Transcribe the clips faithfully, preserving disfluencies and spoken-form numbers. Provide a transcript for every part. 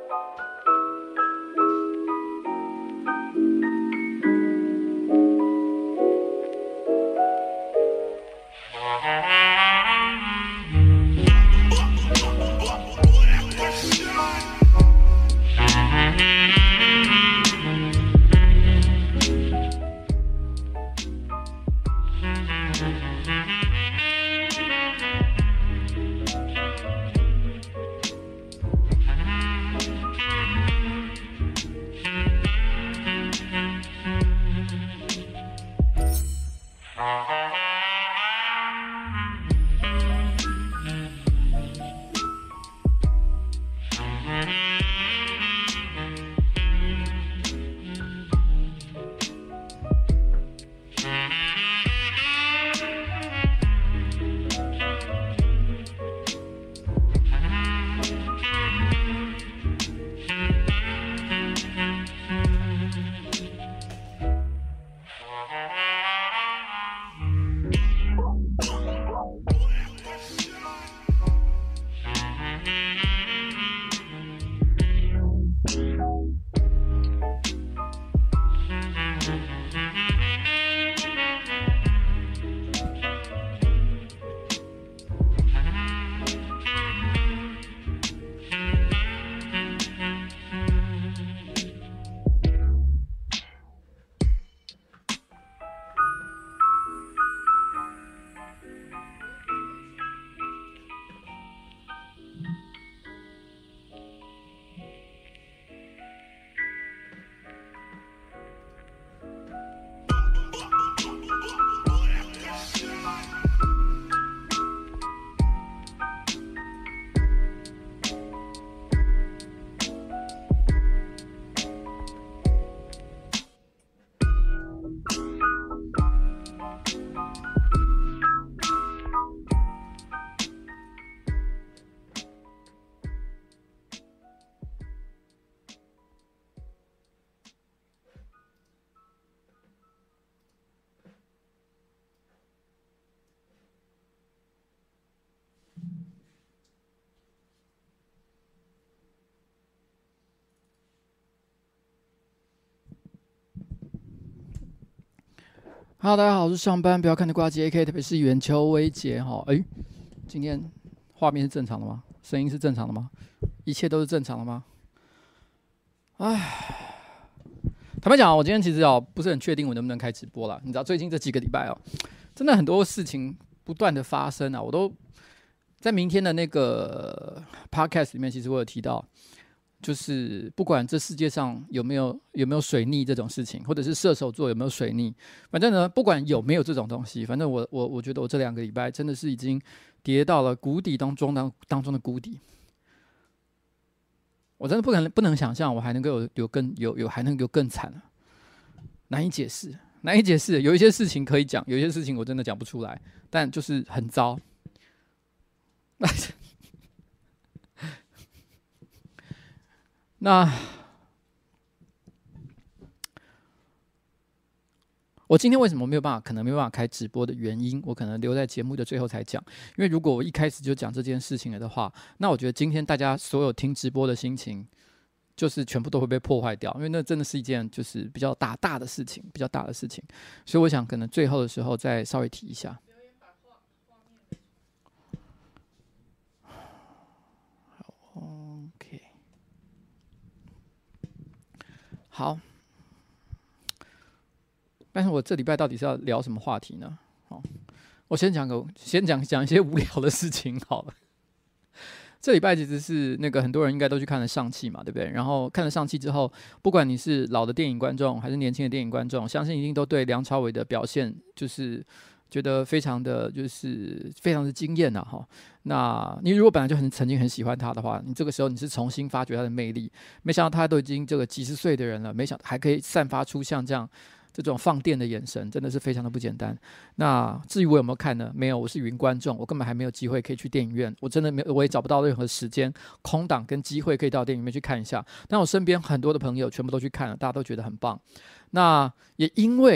Hello， 大家好，我是上班不要看的挂机 A K， 特别是远秋微杰哈。哎，今天画面是正常的吗？声音是正常的吗？一切都是正常的吗？哎，坦白讲，我今天其实哦不是很确定我能不能开直播啦。你知道最近这几个礼拜哦，真的很多事情不断的发生啊，我都在明天的那个 podcast 里面，其实我有提到。就是不管这世界上有没有有没有水逆这种事情，或者是射手座有没有水逆，反正呢，不管有没有这种东西，反正我我我觉得我这两个礼拜真的是已经跌到了谷底当中当当中的谷底，我真的不可能不能想象我还能够有有更有有还能有更惨了，难以解释，难以解释。有一些事情可以讲，有一些事情我真的讲不出来，但就是很糟。那我今天为什么没有办法，可能没有办法开直播的原因，我可能留在节目的最后才讲。因为如果我一开始就讲这件事情了的话，那我觉得今天大家所有听直播的心情，就是全部都会被破坏掉。因为那真的是一件就是比较大大的事情，比较大的事情。所以我想可能最后的时候再稍微提一下。OK。好，但是我这礼拜到底是要聊什么话题呢？哦，我先讲个，先讲讲一些无聊的事情好了。这礼拜其实是那个很多人应该都去看了上汽嘛，对不对？然后看了上汽之后，不管你是老的电影观众还是年轻的电影观众，相信一定都对梁朝伟的表现就是觉得非常的就是非常的惊艳啊哈。那你如果本来就很曾经很喜欢他的话，你这个时候你是重新发掘他的魅力，没想到他都已经这个几十岁的人了，没想到还可以散发出像这样这种放电的眼神，真的是非常的不简单。那至于我有没有看呢？没有，我是云观众，我根本还没有机会可以去电影院，我真的没有，我也找不到任何时间、空档跟机会可以到电影院去看一下。但我身边很多的朋友全部都去看了，大家都觉得很棒。那也因为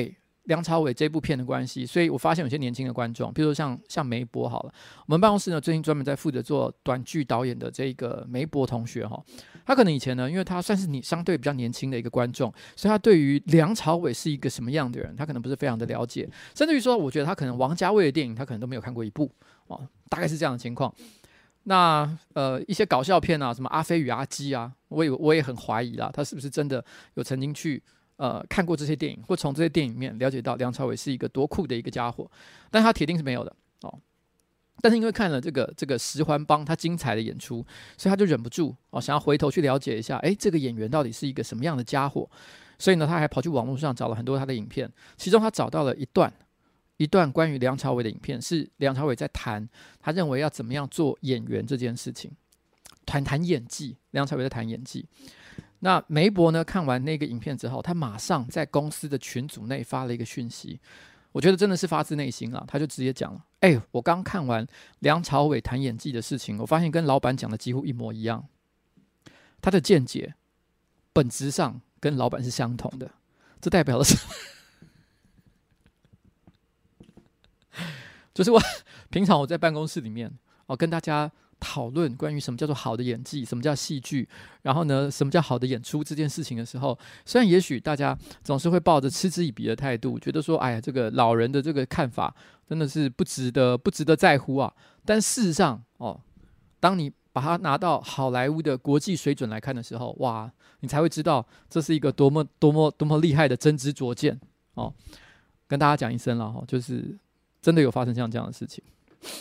梁朝伟这部片的关系，所以我发现有些年轻的观众，比如说像像梅博好了，我们办公室呢最近专门在负责做短剧导演的这个梅博同学哈，他可能以前呢，因为他算是你相对比较年轻的一个观众，所以他对于梁朝伟是一个什么样的人，他可能不是非常的了解，甚至于说，我觉得他可能王家卫的电影他可能都没有看过一部哦，大概是这样的情况。那呃一些搞笑片啊，什么阿飞与阿基啊，我也我也很怀疑啦，他是不是真的有曾经去。呃，看过这些电影，或从这些电影里面了解到梁朝伟是一个多酷的一个家伙，但他铁定是没有的哦。但是因为看了这个这个十环帮他精彩的演出，所以他就忍不住哦，想要回头去了解一下，哎，这个演员到底是一个什么样的家伙？所以呢，他还跑去网络上找了很多他的影片，其中他找到了一段一段关于梁朝伟的影片，是梁朝伟在谈他认为要怎么样做演员这件事情，谈谈演技，梁朝伟在谈演技。那梅博呢？看完那个影片之后，他马上在公司的群组内发了一个讯息，我觉得真的是发自内心啊，他就直接讲了：“哎、欸，我刚看完梁朝伟谈演技的事情，我发现跟老板讲的几乎一模一样，他的见解本质上跟老板是相同的，这代表了什么？就是我平常我在办公室里面哦，跟大家。”讨论关于什么叫做好的演技，什么叫戏剧，然后呢，什么叫好的演出这件事情的时候，虽然也许大家总是会抱着嗤之以鼻的态度，觉得说，哎呀，这个老人的这个看法真的是不值得，不值得在乎啊。但事实上，哦，当你把它拿到好莱坞的国际水准来看的时候，哇，你才会知道这是一个多么多么多么厉害的真知灼见哦。跟大家讲一声了哈，就是真的有发生像这样的事情。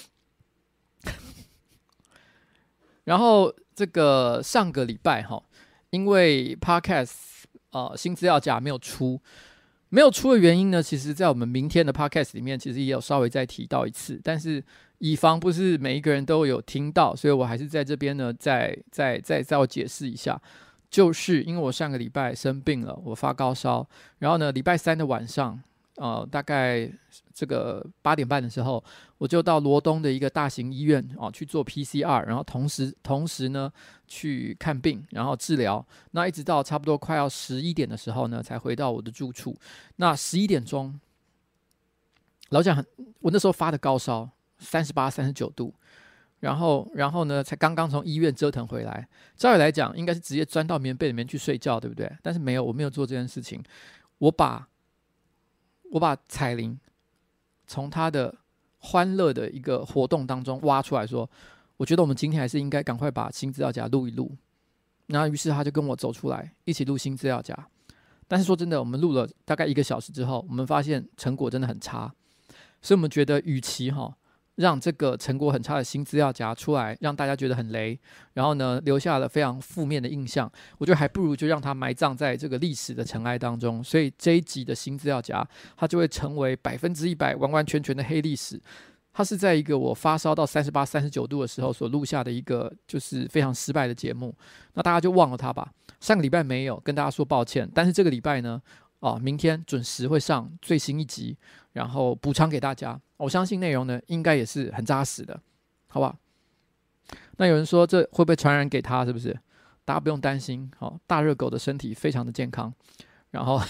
然后这个上个礼拜哈，因为 Podcast 呃新资料夹没有出，没有出的原因呢，其实在我们明天的 Podcast 里面，其实也有稍微再提到一次，但是以防不是每一个人都有听到，所以我还是在这边呢再再再再解释一下，就是因为我上个礼拜生病了，我发高烧，然后呢礼拜三的晚上。呃，大概这个八点半的时候，我就到罗东的一个大型医院哦去做 P C R， 然后同时同时呢去看病，然后治疗。那一直到差不多快要十一点的时候呢，才回到我的住处。那十一点钟，老实讲，我那时候发的高烧三十八、三十九度，然后然后呢才刚刚从医院折腾回来。照理来讲，应该是直接钻到棉被里面去睡觉，对不对？但是没有，我没有做这件事情，我把。我把彩玲从她的欢乐的一个活动当中挖出来说，我觉得我们今天还是应该赶快把新资料夹录一录。那于是他就跟我走出来，一起录新资料夹。但是说真的，我们录了大概一个小时之后，我们发现成果真的很差，所以我们觉得与其哈让这个成果很差的新资料夹出来，让大家觉得很雷，然后呢留下了非常负面的印象，我觉得还不如就让它埋葬在这个历史的尘埃当中。所以这一集的新资料夹，它就会成为百分之一百完完全全的黑历史。它是在一个我发烧到三十八、三十九度的时候所录下的一个就是非常失败的节目，那大家就忘了它吧。上个礼拜没有跟大家说抱歉，但是这个礼拜呢，哦，明天准时会上最新一集，然后补偿给大家。我相信内容呢，应该也是很扎实的，好不好？那有人说这会不会传染给他？是不是？大家不用担心，好，大热狗的身体非常的健康。然后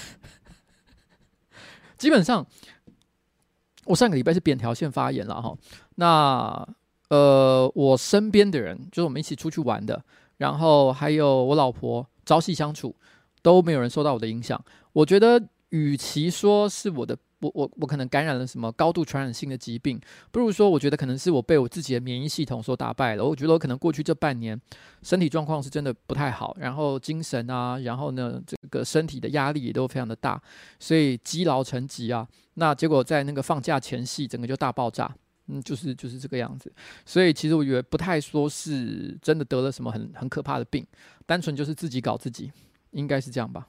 基本上，我上个礼拜是扁桃腺发炎了哈。那呃，我身边的人，就是我们一起出去玩的，然后还有我老婆朝夕相处，都没有人受到我的影响。我觉得，与其说是我的。我我我可能感染了什么高度传染性的疾病，不如说我觉得可能是我被我自己的免疫系统所打败了。我觉得我可能过去这半年身体状况是真的不太好，然后精神啊，然后呢这个身体的压力也都非常的大，所以积劳成疾啊。那结果在那个放假前夕，整个就大爆炸。嗯，就是就是这个样子。所以其实我觉得不太说是真的得了什么很很可怕的病，单纯就是自己搞自己，应该是这样吧。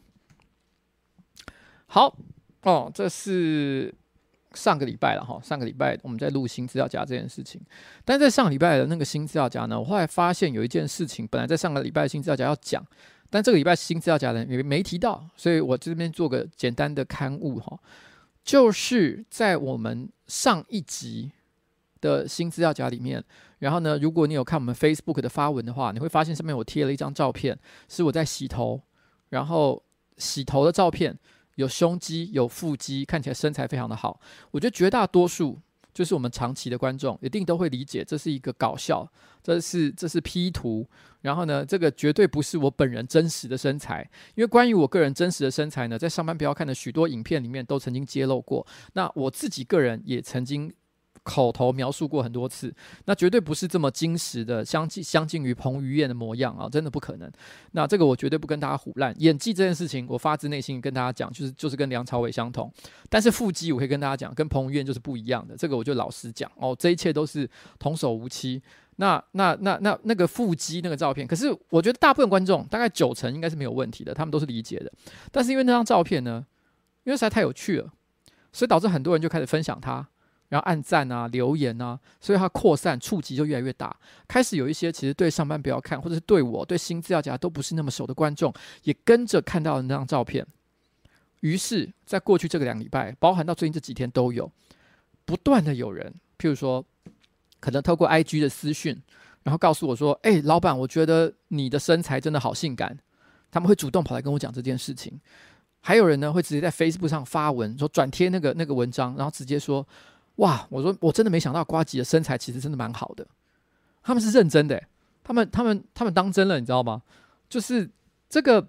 好。哦，这是上个礼拜了哈。上个礼拜我们在录新资料夹这件事情，但是在上个礼拜的那个新资料夹呢，我后来发现有一件事情，本来在上个礼拜的新资料夹要讲，但这个礼拜新资料夹呢也没提到，所以我这边做个简单的刊物哈，就是在我们上一集的新资料夹里面，然后呢，如果你有看我们 Facebook 的发文的话，你会发现上面我贴了一张照片，是我在洗头，然后洗头的照片。 有胸肌、有腹肌，看起来身材非常的好。我觉得绝大多数就是我们长期的观众，一定都会理解这是一个搞笑，这是这是 P 图。然后呢，这个绝对不是我本人真实的身材，因为关于我个人真实的身材呢，在上班不要看的许多影片里面都曾经揭露过。那我自己个人也曾经口头描述过很多次，那绝对不是这么精实的，相近相近于彭于晏的模样啊，真的不可能。那这个我绝对不跟大家唬烂，演技这件事情，我发自内心跟大家讲，就是就是跟梁朝伟相同。但是腹肌我可以跟大家讲，跟彭于晏就是不一样的，这个我就老实讲哦，这一切都是童叟无欺。那那那那那个腹肌那个照片，可是我觉得大部分观众大概九成应该是没有问题的，他们都是理解的。但是因为那张照片呢，因为实在太有趣了，所以导致很多人就开始分享它，然后按赞啊、留言啊，所以它扩散触及就越来越大。开始有一些其实对上班不要看，或者是对我对新资料夹都不是那么熟的观众，也跟着看到了那张照片。于是，在过去这个两礼拜，包含到最近这几天都有不断的有人，譬如说。可能透过 I G 的私讯，然后告诉我说：“哎、欸，老板，我觉得你的身材真的好性感。”他们会主动跑来跟我讲这件事情。还有人呢，会直接在 Facebook 上发文，说转贴那个那个文章，然后直接说：“哇，我说我真的没想到呱吉的身材其实真的蛮好的。”他们是认真的、欸，他们他们他们当真了，你知道吗？就是这个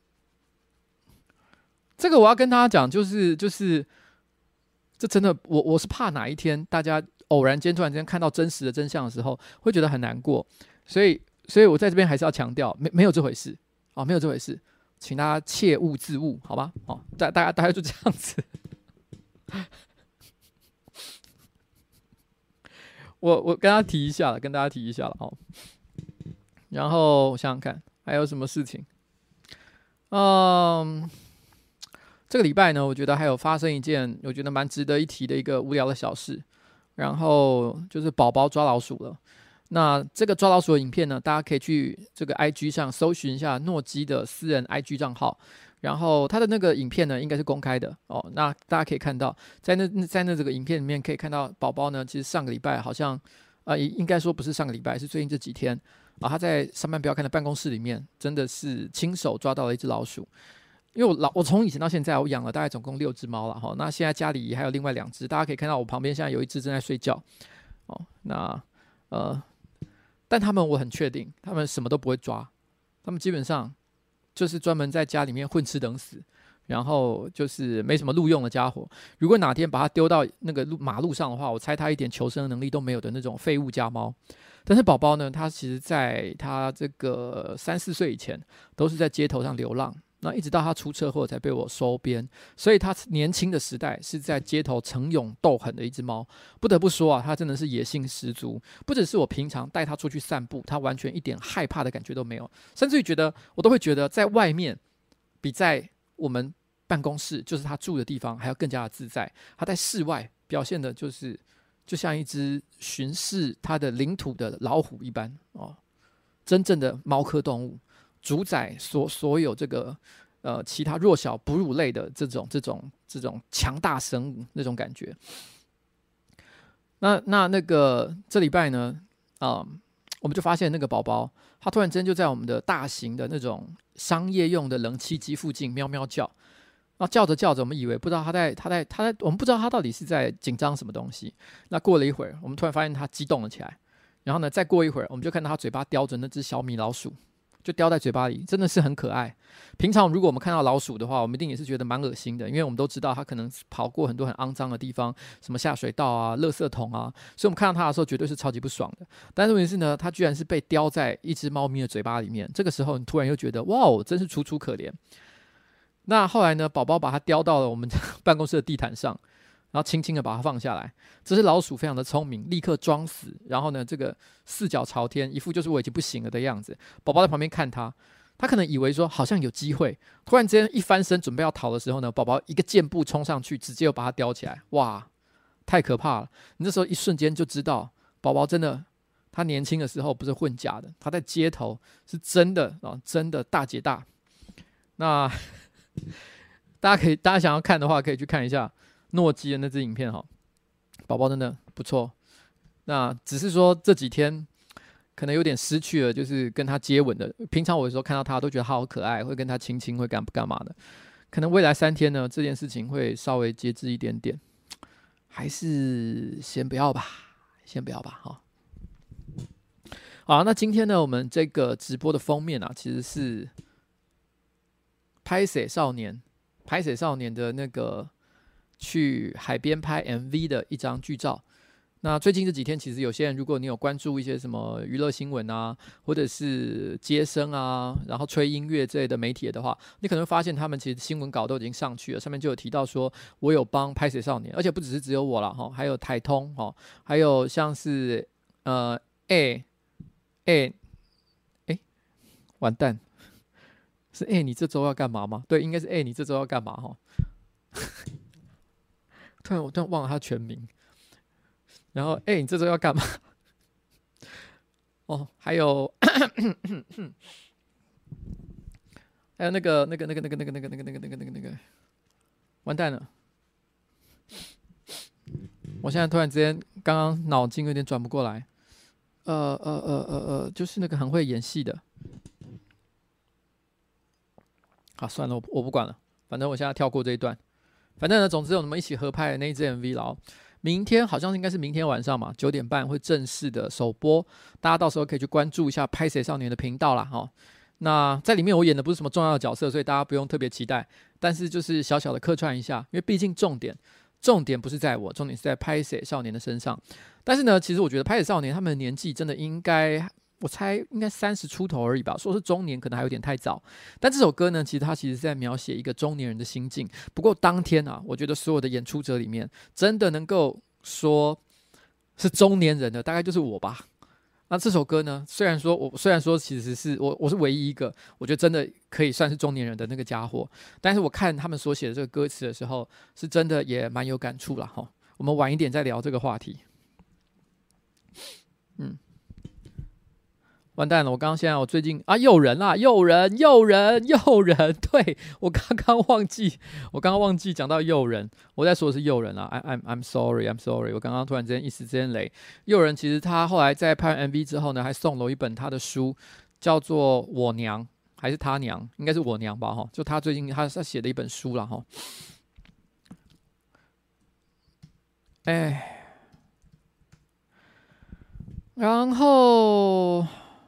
这个我要跟大家讲，就是就是这真的，我我是怕哪一天大家。偶然间突然间看到真实的真相的时候，会觉得很难过，所以，所以我在这边还是要强调，没没有这回事啊、哦，没有这回事，请大家切勿自误，好吧？哦，大大家大家就这样子。我我跟大家提一下了，跟大家提一下了哦。然后我想想看还有什么事情，嗯。这个礼拜呢，我觉得还有发生一件我觉得蛮值得一提的一个无聊的小事。然后就是宝宝抓老鼠了。那这个抓老鼠的影片呢，大家可以去这个 I G 上搜寻一下诺基的私人 I G 账号，然后他的那个影片呢应该是公开的哦。那大家可以看到，在那在那这个影片里面可以看到宝宝呢，其实上个礼拜好像啊、呃，应该说不是上个礼拜，是最近这几天啊，他在上班不要看的办公室里面，真的是亲手抓到了一只老鼠。因为我老我从以前到现在，我养了大概总共六只猫了哈。那现在家里还有另外两只，大家可以看到我旁边现在有一只正在睡觉哦。那呃，但他们我很确定，他们什么都不会抓，他们基本上就是专门在家里面混吃等死，然后就是没什么路用的家伙。如果哪天把它丢到那个路马路上的话，我猜它一点求生的能力都没有的那种废物家猫。但是宝宝呢，他其实在他这个三四岁以前，都是在街头上流浪。那一直到他出车祸才被我收编，所以他年轻的时代是在街头逞勇斗狠的一只猫。不得不说啊，他真的是野性十足。不只是我平常带他出去散步，他完全一点害怕的感觉都没有，甚至于觉得我都会觉得在外面比在我们办公室，就是他住的地方还要更加的自在。他在室外表现的就是就像一只巡视他的领土的老虎一般哦，真正的猫科动物。主宰所所有这个呃其他弱小哺乳类的这种这种这种强大生物那种感觉。那那那个这礼拜呢，啊、呃，我们就发现那个宝宝，他突然间就在我们的大型的那种商业用的冷气机附近喵喵叫。那叫着叫着，我们以为不知道他在他在他在，我们不知道他到底是在紧张什么东西。那过了一会儿，我们突然发现他激动了起来。然后呢，再过一会儿，我们就看到他嘴巴叼着那只小米老鼠。就叼在嘴巴里，真的是很可爱。平常如果我们看到老鼠的话，我们一定也是觉得蛮恶心的，因为我们都知道它可能跑过很多很肮脏的地方，什么下水道啊、垃圾桶啊，所以我们看到它的时候绝对是超级不爽的。但是问题是呢，它居然是被叼在一只猫咪的嘴巴里面，这个时候你突然又觉得哇哦，真是楚楚可怜。那后来呢，宝宝把它叼到了我们办公室的地毯上。然后轻轻的把它放下来，这只老鼠非常的聪明，立刻装死，然后呢，这个四脚朝天，一副就是我已经不行了的样子。宝宝在旁边看他，他可能以为说好像有机会，突然之间一翻身准备要逃的时候呢，宝宝一个箭步冲上去，直接又把它叼起来，哇，太可怕了！你那时候一瞬间就知道，宝宝真的，他年轻的时候不是混假的，他在街头是真的啊，真的大姐大。那大家可以，大家想要看的话，可以去看一下。诺基的那支影片哈，宝宝真的不错。那只是说这几天可能有点失去了，就是跟他接吻的。平常我有时候看到他都觉得他好可爱，会跟他亲亲，会干干嘛的。 可能未来三天呢，这件事情会稍微节制一点点，还是先不要吧，先不要吧，哈。好，那今天呢，我们这个直播的封面啊，其实是拍摄少年，拍摄少年的那个去海边拍 M V 的一张剧照。那最近这几天，其实有些人，如果你有关注一些什么娱乐新闻啊，或者是接生啊，然后吹音乐之类的媒体的话，你可能会发现他们其实新闻稿都已经上去了，上面就有提到说，我有帮拍摄少年，而且不只是只有我啦，哈，还有台通哈，还有像是呃 A。哎、欸，哎、欸，完蛋，是哎、欸，你这周要干嘛吗？对，应该是哎、欸，你这周要干嘛？哈，突然我突然忘了他全名，然后哎、欸，你这周要干嘛？哦，还有还有那个那个那个那个那个那个那个那个那个那个那个，完蛋了！我现在突然之间刚刚脑筋有点转不过来。呃呃呃呃呃，就是那个很会演戏的。好，算了，我我不管了，反正我现在跳过这一段。反正呢，总之我们一起合拍的那一支 M V 啦。明天好像应该是明天晚上嘛，九点半会正式的首播，大家到时候可以去关注一下拍谁少年的频道啦哈。那在里面我演的不是什么重要的角色，所以大家不用特别期待，但是就是小小的客串一下，因为毕竟重点重点不是在我，重点是在拍谁少年的身上。但是呢，其实我觉得拍摄少年他们的年纪真的应该，我猜应该三十出头而已吧。说是中年可能还有点太早。但这首歌呢，其实它其实是在描写一个中年人的心境。不过当天啊，我觉得所有的演出者里面，真的能够说是中年人的，大概就是我吧。那这首歌呢，虽然说我虽然说其实是我我是唯一一个，我觉得真的可以算是中年人的那个家伙。但是我看他们所写的这个歌词的时候，是真的也蛮有感触啦齁。我们晚一点再聊这个话题。嗯，完蛋了！我刚刚现在我最近啊，诱人啦，诱人，诱人，诱人。对，我刚刚忘记，我刚刚忘记讲到诱人，我在说的是诱人啦。I I'm I'm sorry, I'm sorry。我刚刚突然之间一时之间雷。诱人其实他后来在拍 M V 之后呢，还送了我一本他的书，叫做《我娘》还是他娘？应该是我娘吧哈。就他最近他他写的一本书啦哈。哎。然后，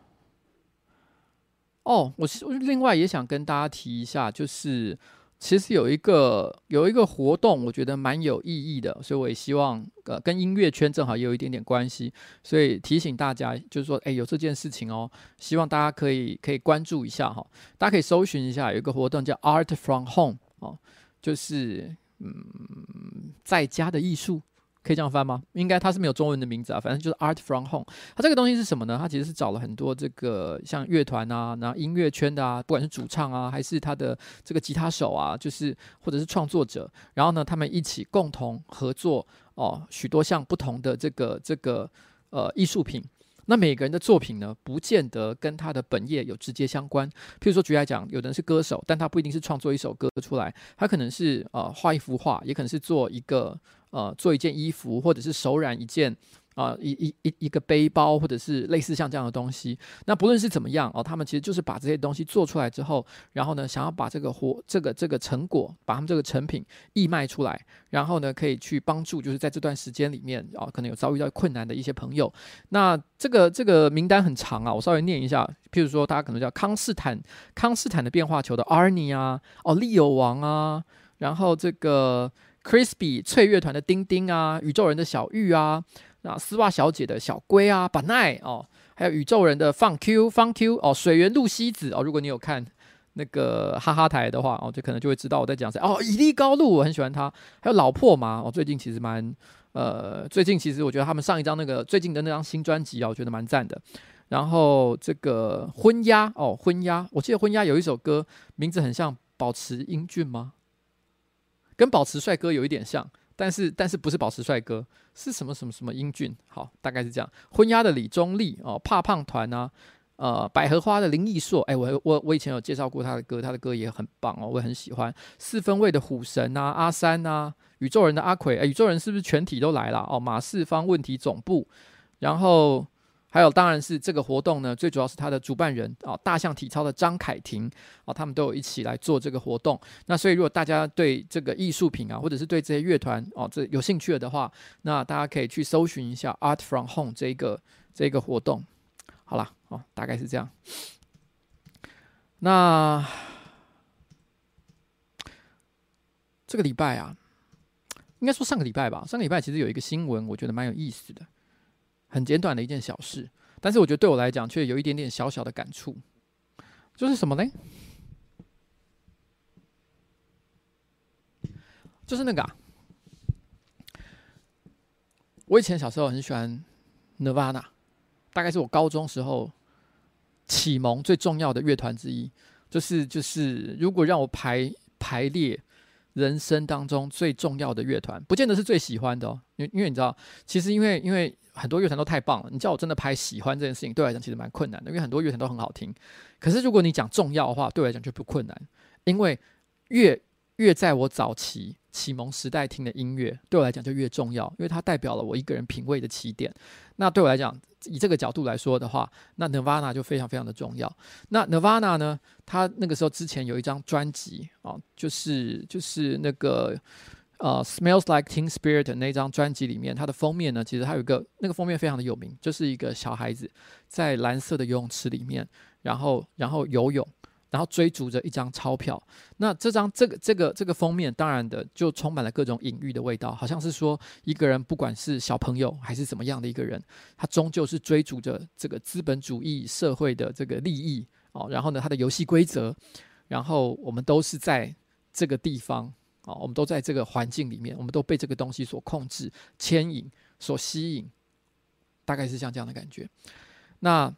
哦，我另外也想跟大家提一下，就是其实有一个有一个活动，我觉得蛮有意义的，所以我也希望呃跟音乐圈正好也有一点点关系，所以提醒大家，就是说，哎，有这件事情哦，希望大家可以可以关注一下哈，大家可以搜寻一下，有一个活动叫 Art from Home 哦，就是嗯在家的艺术。可以这样翻吗？应该它是没有中文的名字啊，反正就是 Art from Home。它这个东西是什么呢？它其实是找了很多这个像乐团啊，然后音乐圈的啊，不管是主唱啊，还是他的这个吉他手啊，就是或者是创作者，然后呢，他们一起共同合作哦，许多项不同的这个这个呃艺术品。那每个人的作品呢，不见得跟他的本业有直接相关。譬如说，举例来讲，有的人是歌手，但他不一定是创作一首歌出来，他可能是呃画一幅画，也可能是做一个呃做一件衣服，或者是手染一件啊、呃、一一一个背包，或者是类似像这样的东西。那不论是怎么样哦，他们其实就是把这些东西做出来之后，然后呢，想要把这个活这个这个成果，把他们这个成品义卖出来，然后呢，可以去帮助就是在这段时间里面啊、哦，可能有遭遇到困难的一些朋友。那这个这个名单很长啊，我稍微念一下。譬如说，大家可能叫康斯坦康斯坦的变化球的 Arnie 啊，哦，利友王啊，然后这个 Crispy 脆乐团的丁丁啊，宇宙人的小玉啊，那丝袜小姐的小龟啊，板奈哦，还有宇宙人的放 Q 放 Q 哦，水源露西子哦，如果你有看那个哈哈台的话哦，就可能就会知道我在讲谁哦，以利高露我很喜欢他，还有老破麻哦，最近其实蛮呃，最近其实我觉得他们上一张那个最近的那张新专辑啊，我觉得蛮赞的。然后这个婚鸦哦，婚鸦，我记得婚鸦有一首歌名字很像保持英俊吗？跟保持帅哥有一点像，但是但是不是保持帅哥，是什么什么什么英俊？好，大概是这样。婚鸦的李宗力哦，怕胖团啊，呃，百合花的林奕硕，哎，我我我以前有介绍过他的歌，他的歌也很棒哦，我也很喜欢。四分卫的虎神啊，阿三啊，宇宙人的阿奎，哎，宇宙人是不是全体都来了？哦，马四方问题总部，然后。 还有当然是这个活动呢，最主要是它的主办人啊，大象体操的张凯婷啊，他们都有一起来做这个活动。那所以如果大家对这个艺术品啊，或者是对这些乐团哦、啊、这有兴趣的话，那大家可以去搜寻一下 Art from Home 这个这个活动。好啦，哦，大概是这样。那这个礼拜啊，应该说上个礼拜吧，上个礼拜其实有一个新闻，我觉得蛮有意思的。很简短的一件小事，但是我觉得对我来讲却有一点点小小的感触，就是什么呢？就是那个啊，我以前小时候很喜欢 Nirvana， 大概是我高中时候启蒙最重要的乐团之一。就是就是如果让我排排列人生当中最重要的乐团，不见得是最喜欢的哦，因为因为你知道，其实因为因为很多乐团都太棒了，你叫我真的排喜欢这件事情，对我来讲其实蛮困难的，因为很多乐团都很好听。可是如果你讲重要的话，对我来讲就不困难，因为越越在我早期启蒙时代听的音乐，对我来讲就越重要，因为它代表了我一个人品味的起点。那对我来讲，以这个角度来说的话，那 Nirvana 就非常非常的重要。那 Nirvana 呢，他那个时候之前有一张专辑啊，就是就是那个呃 Smells Like Teen Spirit 的那张专辑里面，它的封面呢，其实它有一个那个封面非常的有名，就是一个小孩子在蓝色的游泳池里面，然后然后游泳。然后追逐着一张钞票，那这张这个这个这个封面，当然的就充满了各种隐喻的味道，好像是说一个人不管是小朋友还是怎么样的一个人，他终究是追逐着这个资本主义社会的这个利益哦，然后呢，他的游戏规则，然后我们都是在这个地方哦，我们都在这个环境里面，我们都被这个东西所控制、牵引、所吸引，大概是像这样的感觉。那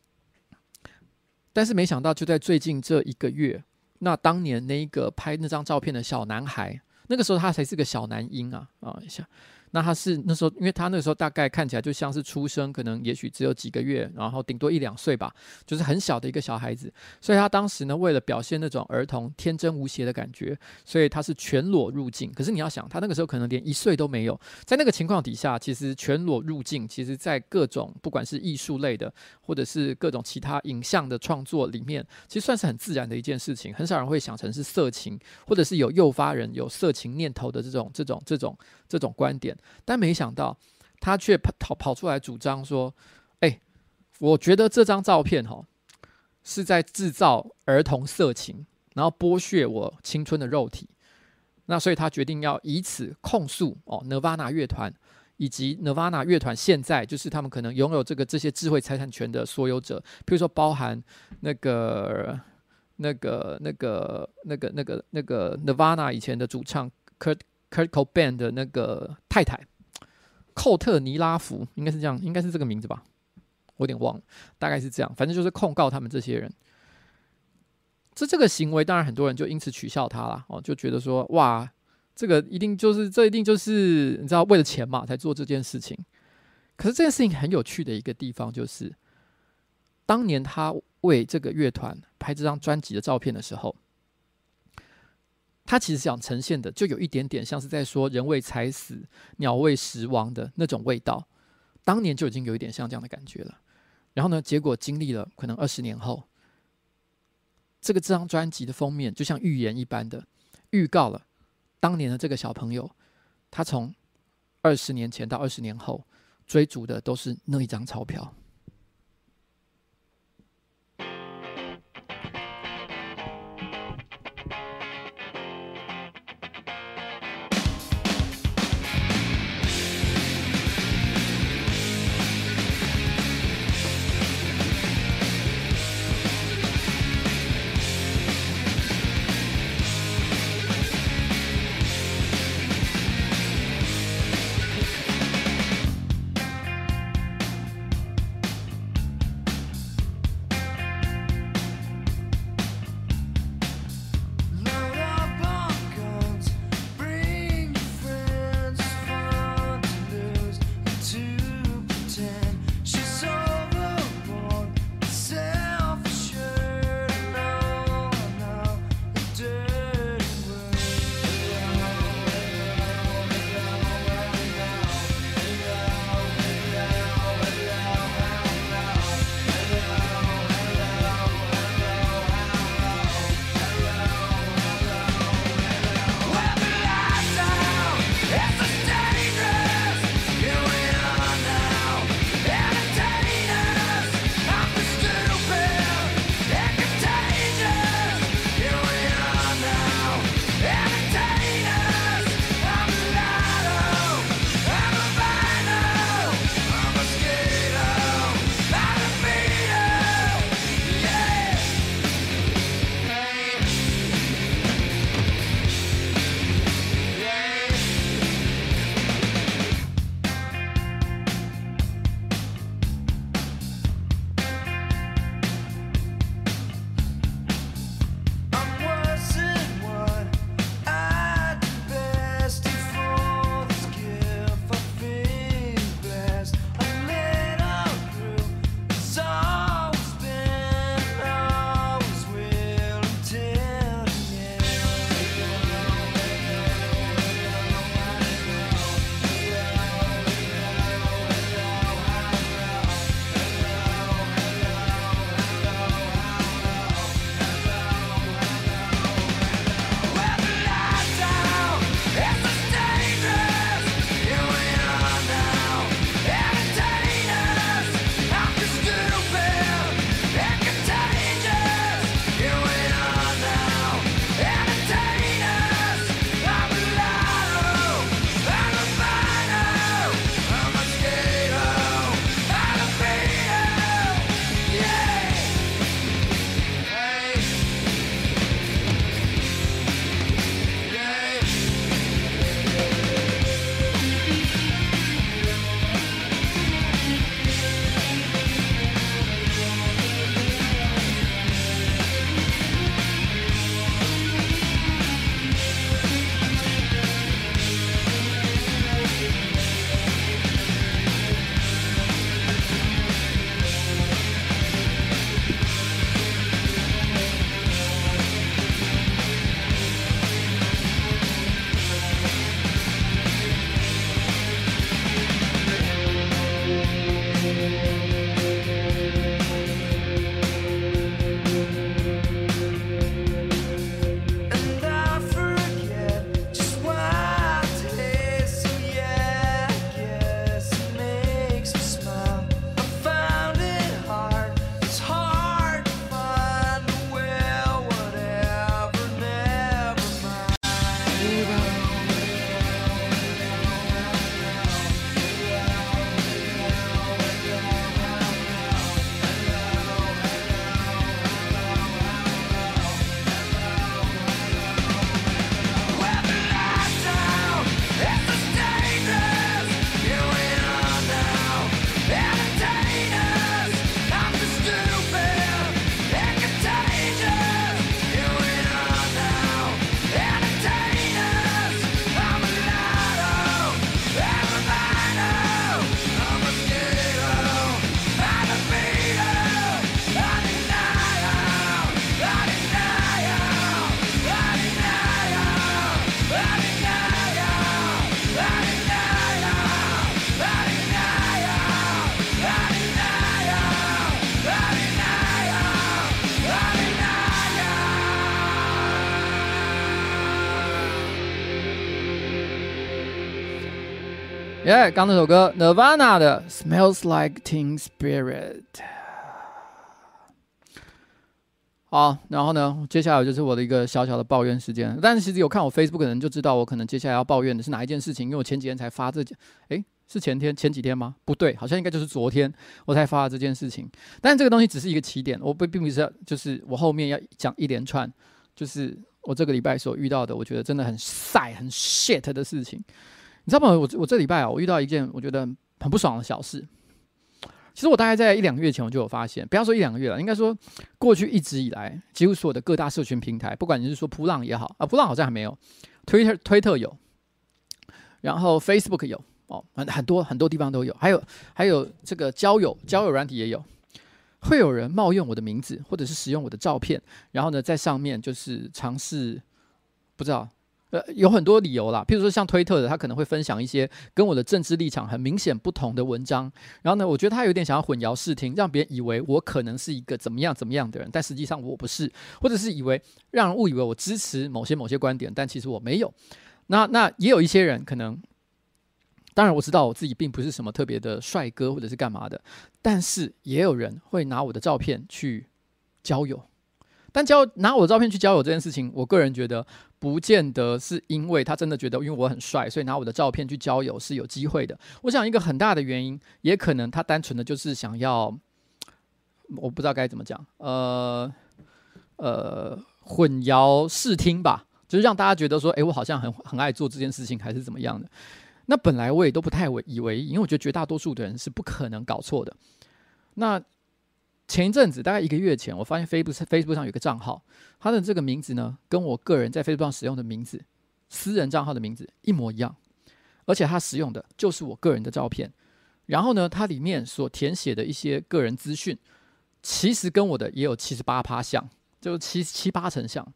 但是没想到，就在最近这一个月，那当年那一个拍那张照片的小男孩，那个时候他才是个小男婴啊啊！一下，那他是那时候，因为他那个时候大概看起来就像是出生，可能也许只有几个月，然后顶多一两岁吧，就是很小的一个小孩子。所以他当时呢，为了表现那种儿童天真无邪的感觉，所以他是全裸入境。可是你要想，他那个时候可能连一岁都没有，在那个情况底下，其实全裸入境，其实在各种不管是艺术类的，或者是各种其他影像的创作里面，其实算是很自然的一件事情，很少人会想成是色情，或者是有诱发人有色情念头的这种这种这种这种观点。但没想到他却跑跑出来主张说：“哎、欸，我觉得这张照片哈是在制造儿童色情，然后剥削我青春的肉体。”那所以他决定要以此控诉哦 Nirvana 乐团。以及 Nirvana 乐团现在就是他们可能拥有这个这些智慧财产权的所有者，譬如说包含那个那个那个那个那个那个 Nirvana 以前的主唱 Kurt Kurt Cobain 的那个太太寇特尼拉福，应该是这样，应该是这个名字吧，我有点忘了，大概是这样，反正就是控告他们这些人。这这个行为，当然很多人就因此取笑他啦，哦，就觉得说哇。这个一定就是这一定就是你知道为了钱嘛才做这件事情。可是这件事情很有趣的一个地方就是，当年他为这个乐团拍这张专辑的照片的时候，他其实想呈现的就有一点点像是在说人为财死，鸟为食亡的那种味道。当年就已经有一点像这样的感觉了。然后呢，结果经历了可能二十年后，这个这张专辑的封面就像预言一般的预告了。当年的这个小朋友，他从二十年前到二十年后，追逐的都是那一张钞票。 耶、yeah, 刚那首歌 Nirvana 的 Smells Like Teen Spirit。好，然后呢，接下来就是我的一个小小的抱怨时间。但是其实有看我 Facebook 的人就知道，我可能接下来要抱怨的是哪一件事情，因为我前几天才发这件，诶，是前天前几天吗？不对，好像应该就是昨天我才发的这件事情。但是这个东西只是一个起点，我并并不是就是我后面要讲一连串，就是我这个礼拜所遇到的，我觉得真的很晒、很 shit 的事情。你知道吗？我我这礼拜啊，我遇到一件我觉得很不爽的小事。其实我大概在一两个月前我就有发现，不要说一两个月了，应该说过去一直以来，几乎所有的各大社群平台，不管你是说扑浪也好啊，扑浪好像还没有，推特推特有，然后 Facebook 有哦，很很多很多地方都有，还有还有这个交友交友软体也有，会有人冒用我的名字或者是使用我的照片，然后呢在上面就是尝试不知道。呃，有很多理由啦，譬如说像推特的，他可能会分享一些跟我的政治立场很明显不同的文章，然后呢，我觉得他有点想要混淆视听，让别人以为我可能是一个怎么样怎么样的人，但实际上我不是，或者是以为让人误以为我支持某些某些观点，但其实我没有。那那也有一些人可能，当然我知道我自己并不是什么特别的帅哥或者是干嘛的，但是也有人会拿我的照片去交友。但交拿我的照片去交友这件事情，我个人觉得不见得是因为他真的觉得因为我很帅，所以拿我的照片去交友是有机会的。我想一个很大的原因，也可能他单纯的就是想要，我不知道该怎么讲，呃呃，混淆视听吧，就是让大家觉得说，哎，我好像很很爱做这件事情，还是怎么样的。那本来我也都不太以为，因为我觉得绝大多数的人是不可能搞错的。那前一阵子，大概一个月前，我发现 Facebook Facebook 上有个账号，他的这个名字呢，跟我个人在 Facebook 上使用的名字，私人账号的名字一模一样，而且他使用的就是我个人的照片。然后呢，它里面所填写的一些个人资讯，其实跟我的也有七十八趴像，就七七八成像。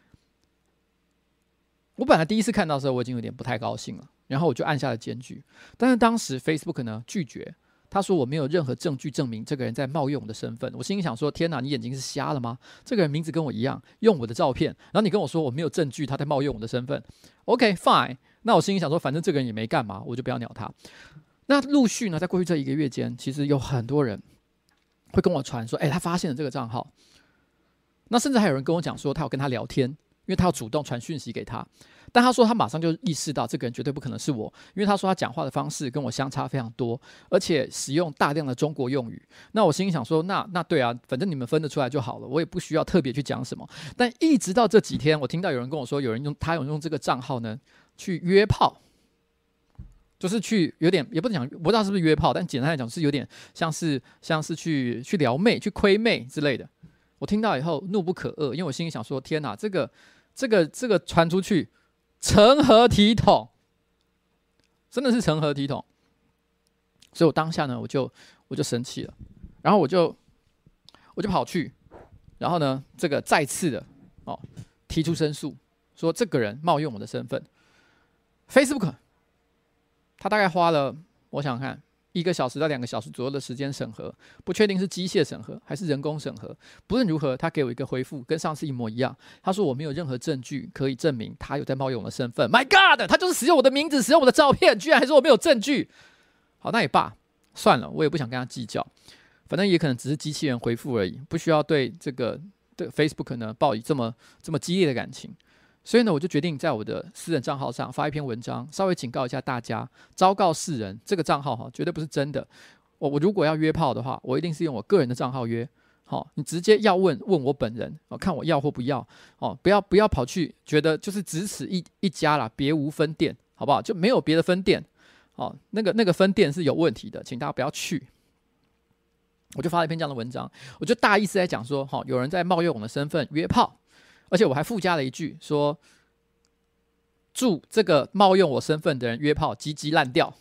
我本来第一次看到的时候，我已经有点不太高兴了，然后我就按下了检举。但是当时 Facebook 呢拒绝。他说我没有任何证据证明这个人在冒用我的身份，我心里想说：天哪，你眼睛是瞎了吗？这个人名字跟我一样，用我的照片，然后你跟我说我没有证据他在冒用我的身份。OK fine， 那我心里想说，反正这个人也没干嘛，我就不要鸟他。那陆续呢，在过去这一个月间，其实有很多人会跟我传说，哎、欸，他发现了这个账号。那甚至还有人跟我讲说，他有跟他聊天，因为他要主动传讯息给他。但他说他马上就意识到这个人绝对不可能是我，因为他说他讲话的方式跟我相差非常多，而且使用大量的中国用语。那我心里想说，那那对啊，反正你们分得出来就好了，我也不需要特别去讲什么。但一直到这几天，我听到有人跟我说，有人用他有用这个账号呢去约炮，就是去有点也不能讲，不知道是不是约炮，但简单来讲是有点像是像是去去撩妹、去窥妹之类的。我听到以后怒不可遏，因为我心里想说，天哪，这个这个这个传出去。成何体统？真的是成何体统？所以我当下呢，我就我就生气了，然后我就我就跑去，然后呢，这个再次的哦提出申诉，说这个人冒用我的身份。Facebook 他大概花了，我想想看。一个小时到两个小时左右的时间审核，不确定是机械审核还是人工审核。不论如何，他给我一个回复，跟上次一模一样。他说我没有任何证据可以证明他有在冒用我的身份。My God， 他就是使用我的名字，使用我的照片，居然还说我没有证据。好，那也罢，算了，我也不想跟他计较。反正也可能只是机器人回复而已，不需要对这个对 Facebook 呢抱以这么这么激烈的感情。所以呢，我就决定在我的私人账号上发一篇文章，稍微警告一下大家，昭告世人，这个账号哈绝对不是真的。我我如果要约炮的话，我一定是用我个人的账号约。好，你直接要问问我本人，哦，看我要或不要。哦，不要不要跑去觉得就是只此一一家啦，别无分店，好不好？就没有别的分店。哦，那个那个分店是有问题的，请大家不要去。我就发了一篇这样的文章，我就大意是在讲说，好，有人在冒用我的身份约炮。而且我还附加了一句说：“祝这个冒用我身份的人约炮鸡鸡烂掉。”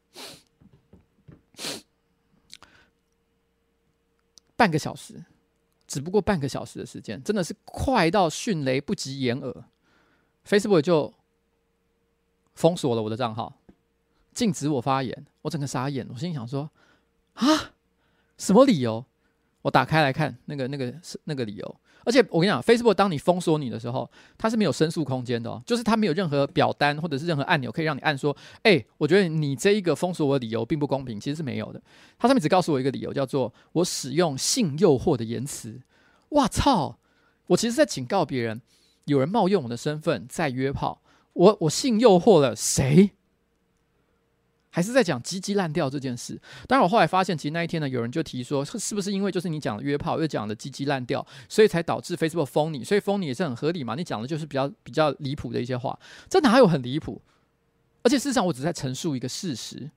半个小时，只不过半个小时的时间，真的是快到迅雷不及掩耳。Facebook 就封锁了我的账号，禁止我发言。我整个傻眼，我心里想说：“啊，什么理由？” 我打开来看那个那个那个理由，而且我跟你讲 ，Facebook 当你封锁你的时候，它是没有申诉空间的哦，就是它没有任何表单或者是任何按钮可以让你按说，哎、欸，我觉得你这一个封锁我的理由并不公平，其实是没有的。它上面只告诉我一个理由，叫做我使用性诱惑的言辞。哇操！我其实在警告别人，有人冒用我的身份在约炮，我我性诱惑了谁？还是在讲鸡鸡烂掉这件事。当然，我后来发现，其实那一天呢，有人就提说，是不是因为就是你讲的约炮，又讲的鸡鸡烂掉，所以才导致 Facebook 封你？所以封你也是很合理嘛？你讲的就是比较比较离谱的一些话，这哪有很离谱？而且事实上，我只是在陈述一个事实。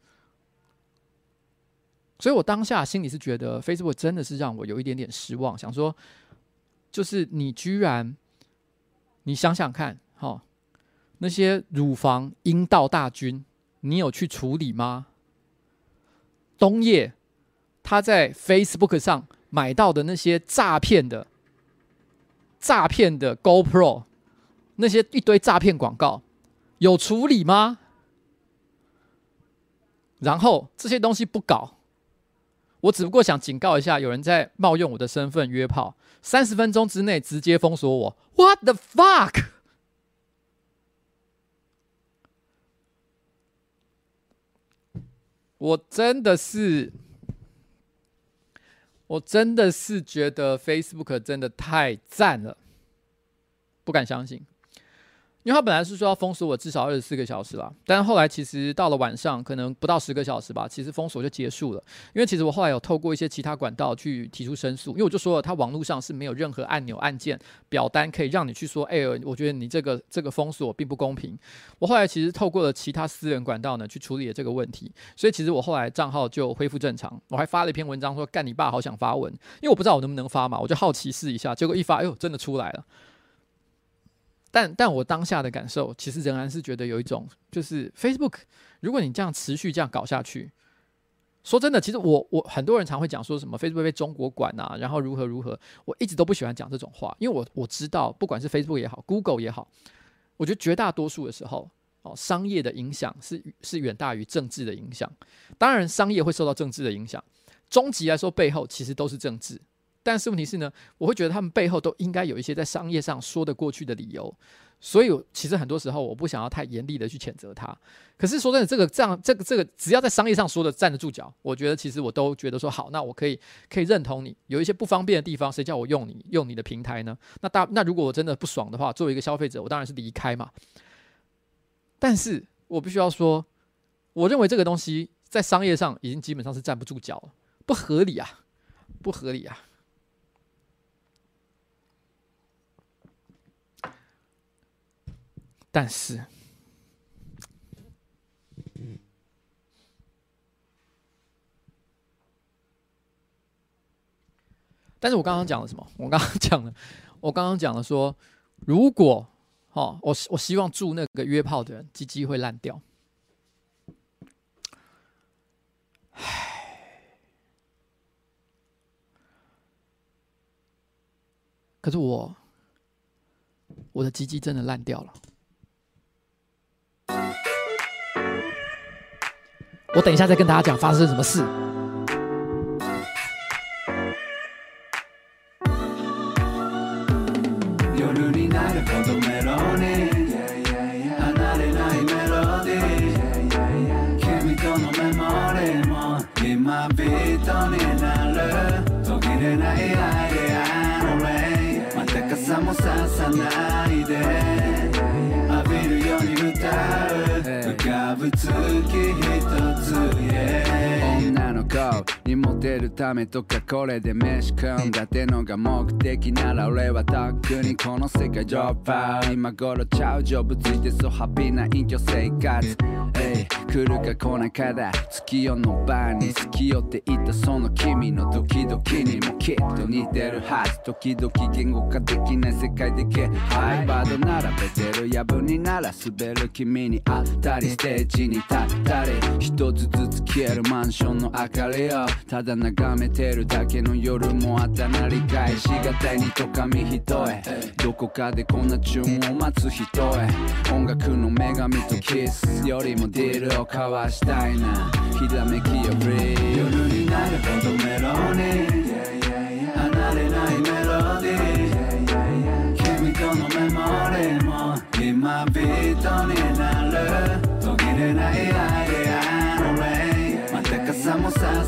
所以我当下心里是觉得 Facebook 真的是让我有一点点失望，想说，就是你居然，你想想看，哈，那些乳房阴道大军。你有去处理吗？东野他在 Facebook 上买到的那些诈骗的、诈骗的 GoPro， 那些一堆诈骗广告，有处理吗？然后这些东西不搞，我只不过想警告一下，有人在冒用我的身份约炮，三十分钟之内直接封锁我 ，What the fuck？我真的是，我真的是觉得 Facebook 真的太赞了，不敢相信。因为他本来是说要封锁我至少二十四个小时啦，但是后来其实到了晚上，可能不到十个小时吧，其实封锁就结束了。因为其实我后来有透过一些其他管道去提出申诉，因为我就说了，他网络上是没有任何按钮、按键、表单可以让你去说，哎、欸，我觉得你这个这个封锁并不公平。我后来其实透过了其他私人管道呢，去处理了这个问题，所以其实我后来账号就恢复正常。我还发了一篇文章说，干你爸，好想发文，因为我不知道我能不能发嘛，我就好奇试一下，结果一发，哎呦，真的出来了。但但我当下的感受，其实仍然是觉得有一种，就是 Facebook， 如果你这样持续这样搞下去，说真的，其实我我很多人常会讲说什么 Facebook 被中国管啊，然后如何如何，我一直都不喜欢讲这种话，因为我我知道，不管是 Facebook 也好 ，Google 也好，我觉得绝大多数的时候，哦，商业的影响是是远大于政治的影响。当然，商业会受到政治的影响，终极来说，背后其实都是政治。但是问题是呢，我会觉得他们背后都应该有一些在商业上说得过去的理由，所以其实很多时候我不想要太严厉的去谴责他。可是说真的，这个这样这个这个只要在商业上说的站得住脚，我觉得其实我都觉得说好，那我可以可以认同你。有一些不方便的地方，谁叫我用你用你的平台呢？那大那如果我真的不爽的话，作为一个消费者，我当然是离开嘛。但是我必须要说，我认为这个东西在商业上已经基本上是站不住脚了，不合理啊，不合理啊。但是，但是我刚刚讲了什么？我刚刚讲了，我刚刚讲了说，如果，哦，我我希望住那个约炮的人鸡鸡会烂掉。唉，可是我，我的鸡鸡真的烂掉了。我等一下再跟大家讲发生什么事。夜になるほどメロディー離れないメロディー君とのメモリーも今ビートになる途切れないアイデアのレイまた傘もささないで浴びるように歌う浮かぶ月一つ、yeah、女の子にモテるためとかこれで飯食うんだってのが目的なら俺はとっくにこの世界ジョッパー今頃ちゃうジョブついてそうハッピーな隠居生活えい来るか来ないかだ月夜の晩に好きよって言ったその君のドキドキにもきっと似てるはず時々言語化できない世界的ハイバード並べてるやぶになら滑る君に会ったりステージに立ったり一つずつ消えるマンションの明かりをただ眺めてるだけの夜もあったなり返しがたいにとかみ人へどこかでこんな注文を待つ人へ音楽の女神とキスよりもディールを交わしたいなひらめきよフリー夜になるほどメロディー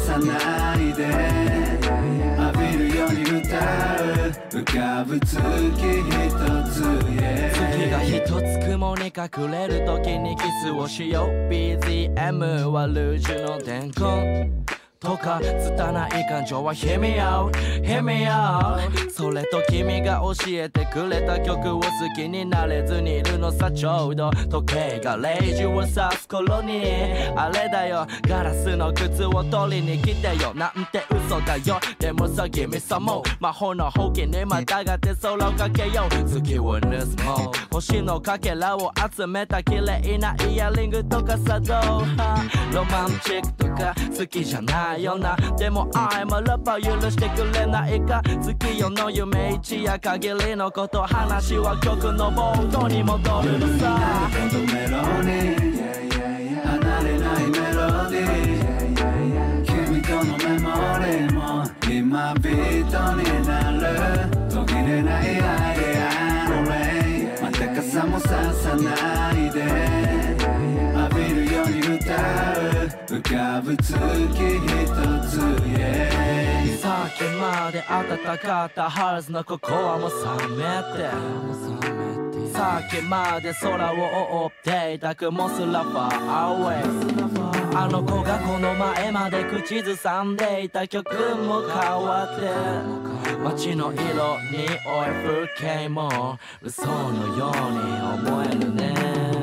さないで浴びるように歌う浮かぶ月一つ、yeah、 月が一つ雲に隠れる時にキスをしよう ビージーエム はルージュの伝言とか拙い感情は Hear me out, hear me out それと君が教えてくれた曲を好きになれずにいるのさちょうど時計がレイジを指す頃にあれだよガラスの靴を取りに来てよなんて嘘だよでもさ Give me some more 魔法のほうきにまたがって空をかけよう月を盗もう星のかけらを集めた綺麗なイヤリングとかさどうロマンチックとか好きじゃないよなでも I'm a lover 許してくれないか月夜の夢一夜限りのこと話は曲の冒頭に戻るのさメロディー離れないメロディー君とのメモリーも今ビートになる途切れないアイデアのレイまた傘もささないで浴びるように歌う浮かぶ月一つ、yeah、 さっきまで暖かったハルズのココアも冷めてさっきまで空を覆っていた雲すらファーアウェイあの子がこの前まで口ずさんでいた曲も変わって街の色におい風景も嘘のように思えるね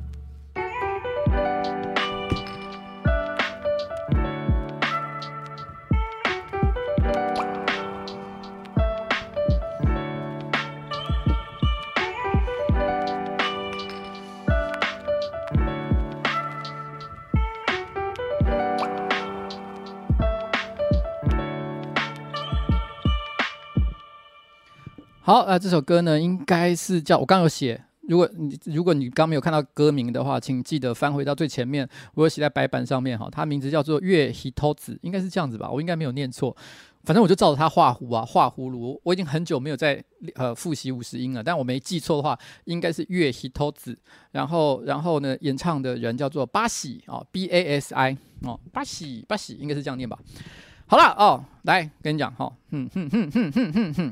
好，呃，这首歌呢，应该是叫我刚有写。如果你如果你刚没有看到歌名的话，请记得翻回到最前面，我有写在白板上面哈。它名字叫做月ヒトツ，应该是这样子吧？我应该没有念错。反正我就照着它画弧啊，画葫芦。我已经很久没有在呃复习五十音了，但我没记错的话，应该是月ヒトツ。然后然后呢，演唱的人叫做巴西哦 ，B A S I 哦，巴西巴西应该是这样念吧？好了哦，来跟你讲哈，哼哼哼哼哼哼哼。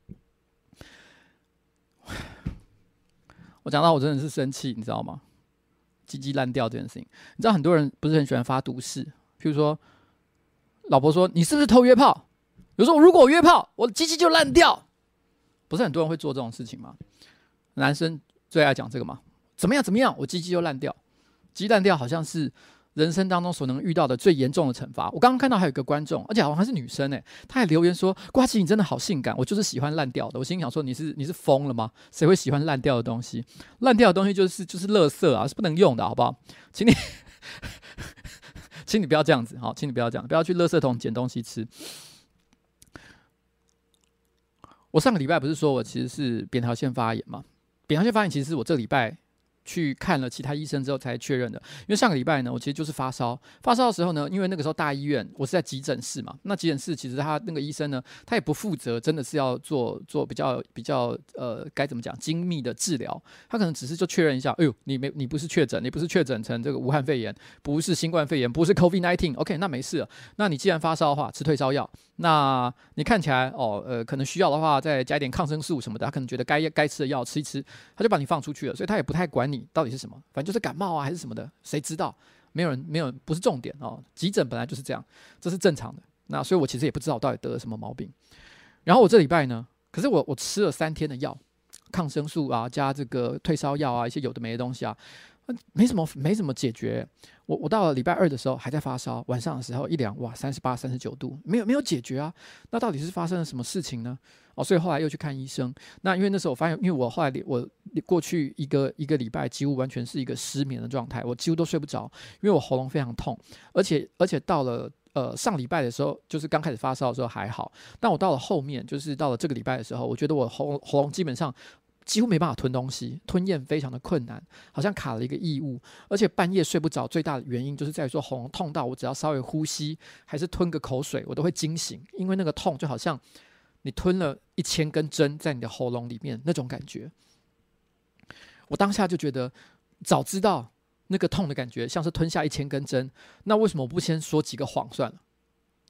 我讲到我真的是生气，你知道吗？鸡鸡烂掉这件事情，你知道很多人不是很喜欢发毒誓，譬如说，老婆说你是不是偷约炮？有时候如果我约炮，我的鸡鸡就烂掉，不是很多人会做这种事情吗？男生最爱讲这个嘛，怎么样怎么样，我鸡鸡就烂掉，鸡烂掉好像是人生当中所能遇到的最严重的惩罚。我刚刚看到还有一个观众，而且好像是女生哎，她还留言说：“呱吉你真的好性感，我就是喜欢烂掉的。”我心里想说：“你是你是疯了吗？谁会喜欢烂掉的东西？烂掉的东西就是就是垃圾啊，是不能用的，好不好？请你，请你不要这样子，好，请你不要这样，不要去垃圾桶捡东西吃。”我上个礼拜不是说我其实是扁桃腺发炎嘛？扁桃腺发炎其实是我这个礼拜去看了其他医生之后才确认的，因为上个礼拜呢，我其实就是发烧，发烧的时候呢，因为那个时候大医院我是在急诊室嘛，那急诊室其实他那个医生呢，他也不负责，真的是要做做比较比较呃该怎么讲精密的治疗，他可能只是就确认一下，哎呦，你没你不是确诊，你不是确诊成这个武汉肺炎，不是新冠肺炎，不是 COVID 十九 OK， 那没事了。那你既然发烧的话，吃退烧药，那你看起来哦呃可能需要的话再加一点抗生素什么的，他可能觉得该该吃的药吃一吃，他就把你放出去了，所以他也不太管你到底是什么，反正就是感冒啊还是什么的，谁知道？没有人，没有人，不是重点哦。急诊本来就是这样，这是正常的。那所以我其实也不知道我到底得了什么毛病。然后我这礼拜呢，可是我我吃了三天的药，抗生素啊，加这个退烧药啊，一些有的没的东西啊，没什么没什么解决。我我到了礼拜二的时候还在发烧，晚上的时候一量哇三十八、三十九度，没有没有解决啊。那到底是发生了什么事情呢？哦，所以后来又去看医生。那因为那时候我发现，因为我后来我过去一个一个礼拜几乎完全是一个失眠的状态，我几乎都睡不着，因为我喉咙非常痛，而且而且到了呃上礼拜的时候，就是刚开始发烧的时候还好，但我到了后面，就是到了这个礼拜的时候，我觉得我喉喉咙基本上几乎没办法吞东西，吞咽非常的困难，好像卡了一个异物，而且半夜睡不着，最大的原因就是在于说喉咙痛到我只要稍微呼吸，还是吞个口水，我都会惊醒，因为那个痛就好像你吞了一千根针在你的喉咙里面那种感觉。我当下就觉得，早知道那个痛的感觉像是吞下一千根针，那为什么我不先说几个谎算了？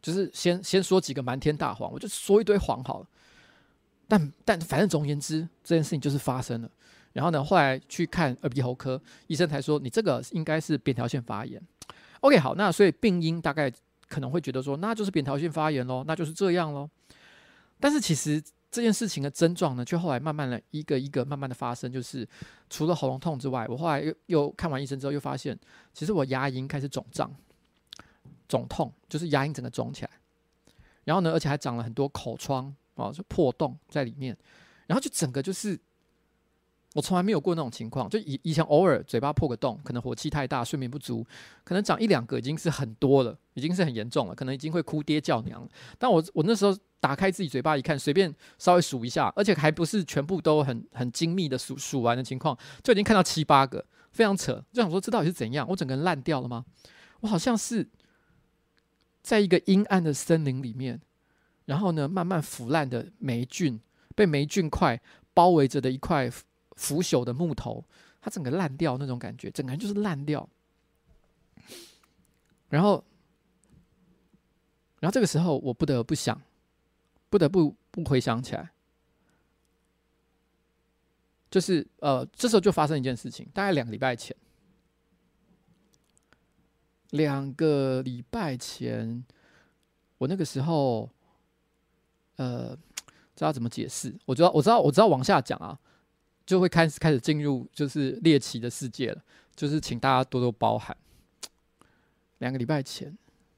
就是先先说几个瞒天大谎，我就说一堆谎好了。但但反正总而言之，这件事情就是发生了。然后呢，后来去看耳鼻喉科医生才说，你这个应该是扁桃腺发炎。OK， 好，那所以病因大概可能会觉得说，那就是扁桃腺发炎咯，那就是这样咯。但是其实这件事情的症状呢，就后来慢慢的一个一个慢慢的发生，就是除了喉咙痛之外，我后来又又看完医生之后，又发现其实我牙龈开始肿胀、肿痛，就是牙龈整个肿起来。然后呢，而且还长了很多口疮啊，就破洞在里面，然后就整个就是我从来没有过那种情况，就以以前偶尔嘴巴破个洞，可能火气太大、睡眠不足，可能长一两个已经是很多了，已经是很严重了，可能已经会哭爹叫娘了。但我我那时候打开自己嘴巴一看，随便稍微数一下，而且还不是全部都很很精密的数数完的情况，就已经看到七八个，非常扯。就想说这到底是怎样？我整个人烂掉了吗？我好像是在一个阴暗的森林里面，然后呢，慢慢腐烂的霉菌，被霉菌块包围着的一块腐朽的木头，它整个烂掉那种感觉，整个人就是烂掉。然后，然后这个时候我不得不想，不得不不回想起来，就是呃，这时候就发生一件事情，大概两个礼拜前，两个礼拜前，我那个时候，呃，知道怎么解释？我知道，我知道，我知道往下讲啊。就会开始开始进入就是猎奇的世界了，就是请大家多多包涵。两个礼拜前，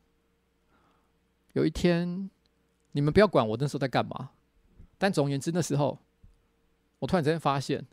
有一天，你们不要管我那时候在干嘛，但总而言之，那时候我突然之间发现，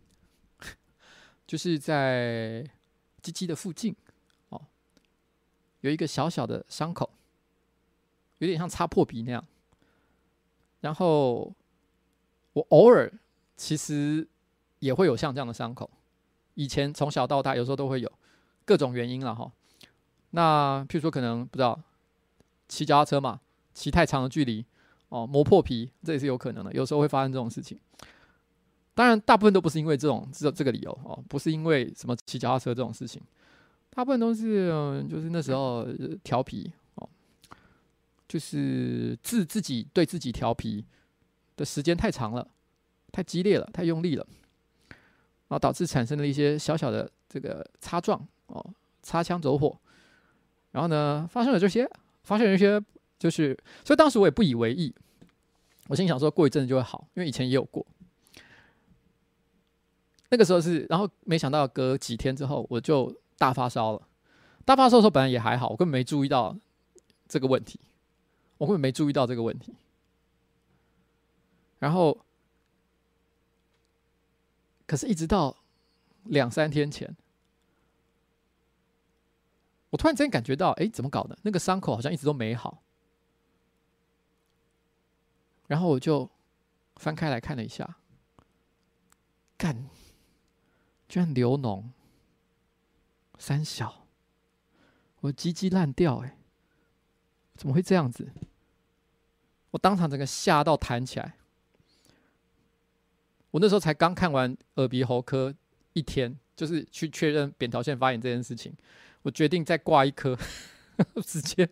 就是在鸡鸡的附近，哦，有一个小小的伤口，有点像擦破皮那样。然后我偶尔其实也会有像这样的伤口，以前从小到大有时候都会有，各种原因啦齁。那譬如说可能不知道骑脚踏车嘛，骑太长的距离哦，磨破皮，这也是有可能的，有时候会发生这种事情。当然，大部分都不是因为这种这这个理由哦，不是因为什么骑脚踏车这种事情，大部分都是、嗯、就是那时候调皮哦，就是自自己对自己调皮的时间太长了。太激烈了，太用力了，然后导致产生了一些小小的这个擦撞哦，擦枪走火。然后呢，发生了这些，发生了一些，就是，所以当时我也不以为意。我心想说，过一阵子就会好，因为以前也有过。那个时候是，然后没想到隔几天之后，我就大发烧了。大发烧的时候本来也还好，我根本没注意到这个问题，我根本没注意到这个问题。然后。可是，一直到两三天前，我突然之间感觉到，哎，怎么搞的？那个伤口好像一直都没好。然后我就翻开来看了一下，干，居然流脓，三小，我鸡鸡烂掉，哎，怎么会这样子？我当场整个吓到弹起来。我那时候才刚看完耳鼻喉科一天，就是去确认扁桃腺发炎这件事情，我决定再挂一颗，直接。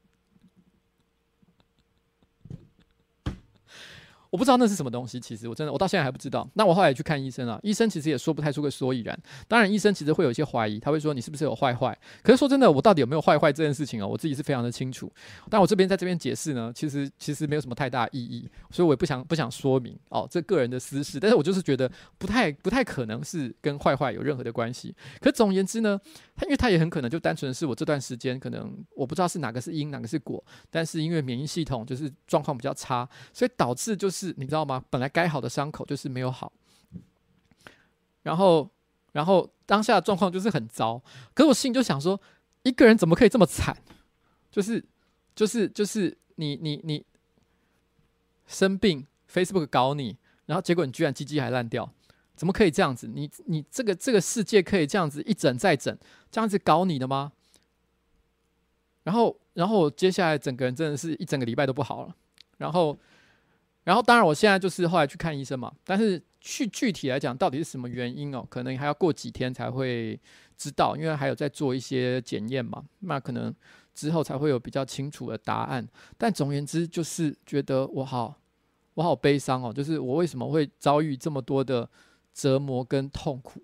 我不知道那是什么东西，其实我真的，我到现在还不知道。那我后来去看医生啊，医生其实也说不太出个所以然。当然，医生其实会有一些怀疑，他会说你是不是有坏坏？可是说真的，我到底有没有坏坏这件事情哦，我自己是非常的清楚。但我这边在这边解释呢，其实其实没有什么太大意义，所以我也不想不想说明哦，这个人的私事。但是我就是觉得不太不太可能是跟坏坏有任何的关系。可总而言之呢，他因为他也很可能就单纯是我这段时间可能我不知道是哪个是因哪个是果，但是因为免疫系统就是状况比较差，所以导致就是。你知道吗？本来该好的伤口就是没有好，然后，然后当下的状况就是很糟。可是我心里就想说，一个人怎么可以这么惨？就是，就是，就是你，你，你生病 ，Facebook 搞你，然后结果你居然鸡鸡还烂掉，怎么可以这样子？你，你这个这个世界可以这样子一整再整，这样子搞你的吗？然后，然后我接下来整个人真的是一整个礼拜都不好了，然后。然后，当然，我现在就是后来去看医生嘛。但是，去具体来讲，到底是什么原因哦？可能还要过几天才会知道，因为还有在做一些检验嘛。那可能之后才会有比较清楚的答案。但总而言之，就是觉得我好我好悲伤哦，就是我为什么会遭遇这么多的折磨跟痛苦。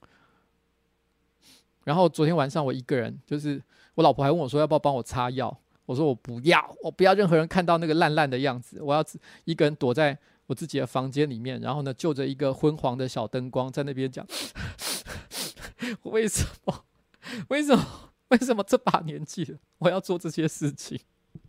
然后昨天晚上我一个人，就是我老婆还问我说要不要帮我擦药，我说我不要，我不要任何人看到那个烂烂的样子，我要一个人躲在我自己的房间里面，然后呢就着一个昏黄的小灯光在那边讲为什么为什么为什么这把年纪了我要做这些事情。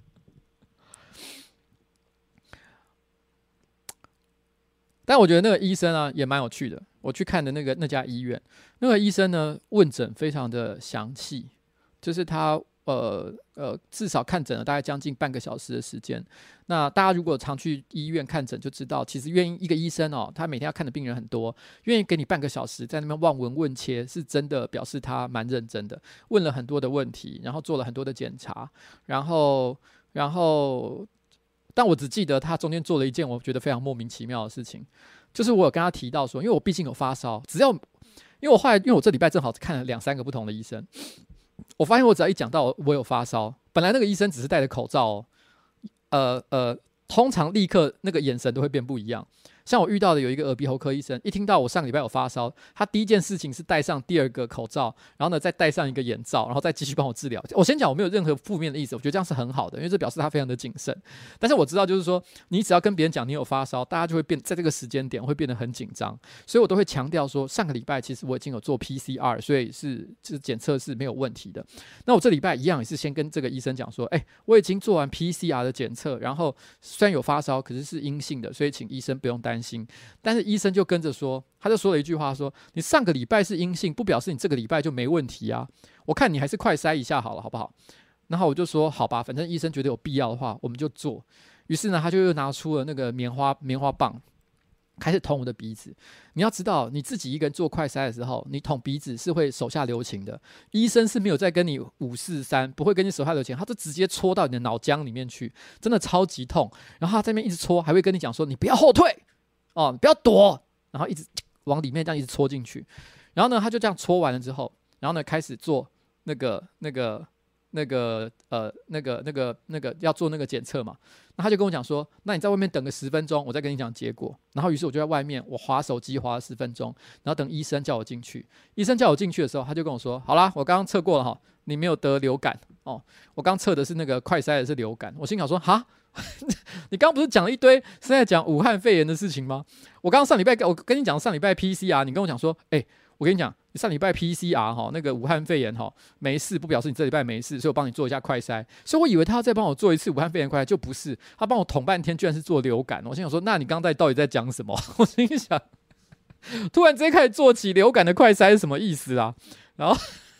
但我觉得那个医生啊也蛮有趣的，我去看的那个那家医院，那个医生呢问诊非常的详细，就是他呃呃至少看诊了大概将近半个小时的时间。那大家如果常去医院看诊就知道，其实愿意一个医生哦，他每天要看的病人很多，愿意给你半个小时在那边望闻问切，是真的表示他蛮认真的，问了很多的问题，然后做了很多的检查，然后然后。但我只记得他中间做了一件我觉得非常莫名其妙的事情，就是我有跟他提到说，因为我毕竟有发烧，只要因为我后来因为我这礼拜正好看了两三个不同的医生，我发现我只要一讲到我有发烧，本来那个医生只是戴着口罩哦，呃呃，通常立刻那个眼神都会变不一样。像我遇到的有一个耳鼻喉科医生，一听到我上个礼拜有发烧，他第一件事情是戴上第二个口罩，然后呢再戴上一个眼罩，然后再继续帮我治疗。我先讲我没有任何负面的意思，我觉得这样是很好的，因为这表示他非常的谨慎。但是我知道就是说，你只要跟别人讲你有发烧，大家就会变在这个时间点会变得很紧张，所以我都会强调说，上个礼拜其实我已经有做 P C R， 所以是就是检测是没有问题的。那我这礼拜一样也是先跟这个医生讲说，哎、欸，我已经做完 P C R 的检测，然后虽然有发烧，可是是阴性的，所以请医生不用担心。但是医生就跟着说，他就说了一句话说，你上个礼拜是阴性，不表示你这个礼拜就没问题啊，我看你还是快筛一下好了，好不好？然后我就说好吧，反正医生觉得有必要的话我们就做。于是呢他就又拿出了那个棉花棉花棒，开始捅我的鼻子。你要知道你自己一个人做快筛的时候，你捅鼻子是会手下留情的，医生是没有在跟你五四三，不会跟你手下留情，他就直接戳到你的脑浆里面去，真的超级痛。然后他在那边一直戳，还会跟你讲说你不要后退哦，你不要躲，然后一直往里面这样一直戳进去。然后呢他就这样戳完了之后，然后呢开始做那个那个那个呃那个那个那个要做那个检测嘛。那他就跟我讲说，那你在外面等个十分钟，我再跟你讲结果。然后于是我就在外面我滑手机滑了十分钟，然后等医生叫我进去。医生叫我进去的时候，他就跟我说，好啦，我刚刚测过了哈，你没有得流感哦，我刚测的是那个快筛的是流感。我心想说，哈你刚刚不是讲了一堆是在讲武汉肺炎的事情吗？我刚刚上礼拜我跟你讲上礼拜 P C R， 你跟我讲说，哎、欸，我跟你讲，你上礼拜 P C R 哈，那个武汉肺炎哈没事，不表示你这礼拜没事，所以我帮你做一下快筛。所以我以为他要再帮我做一次武汉肺炎快筛，就不是，他帮我捅半天，居然是做流感。我心想说，那你刚才到底在讲什么？我心想，突然之间开始做起流感的快筛是什么意思啊？然后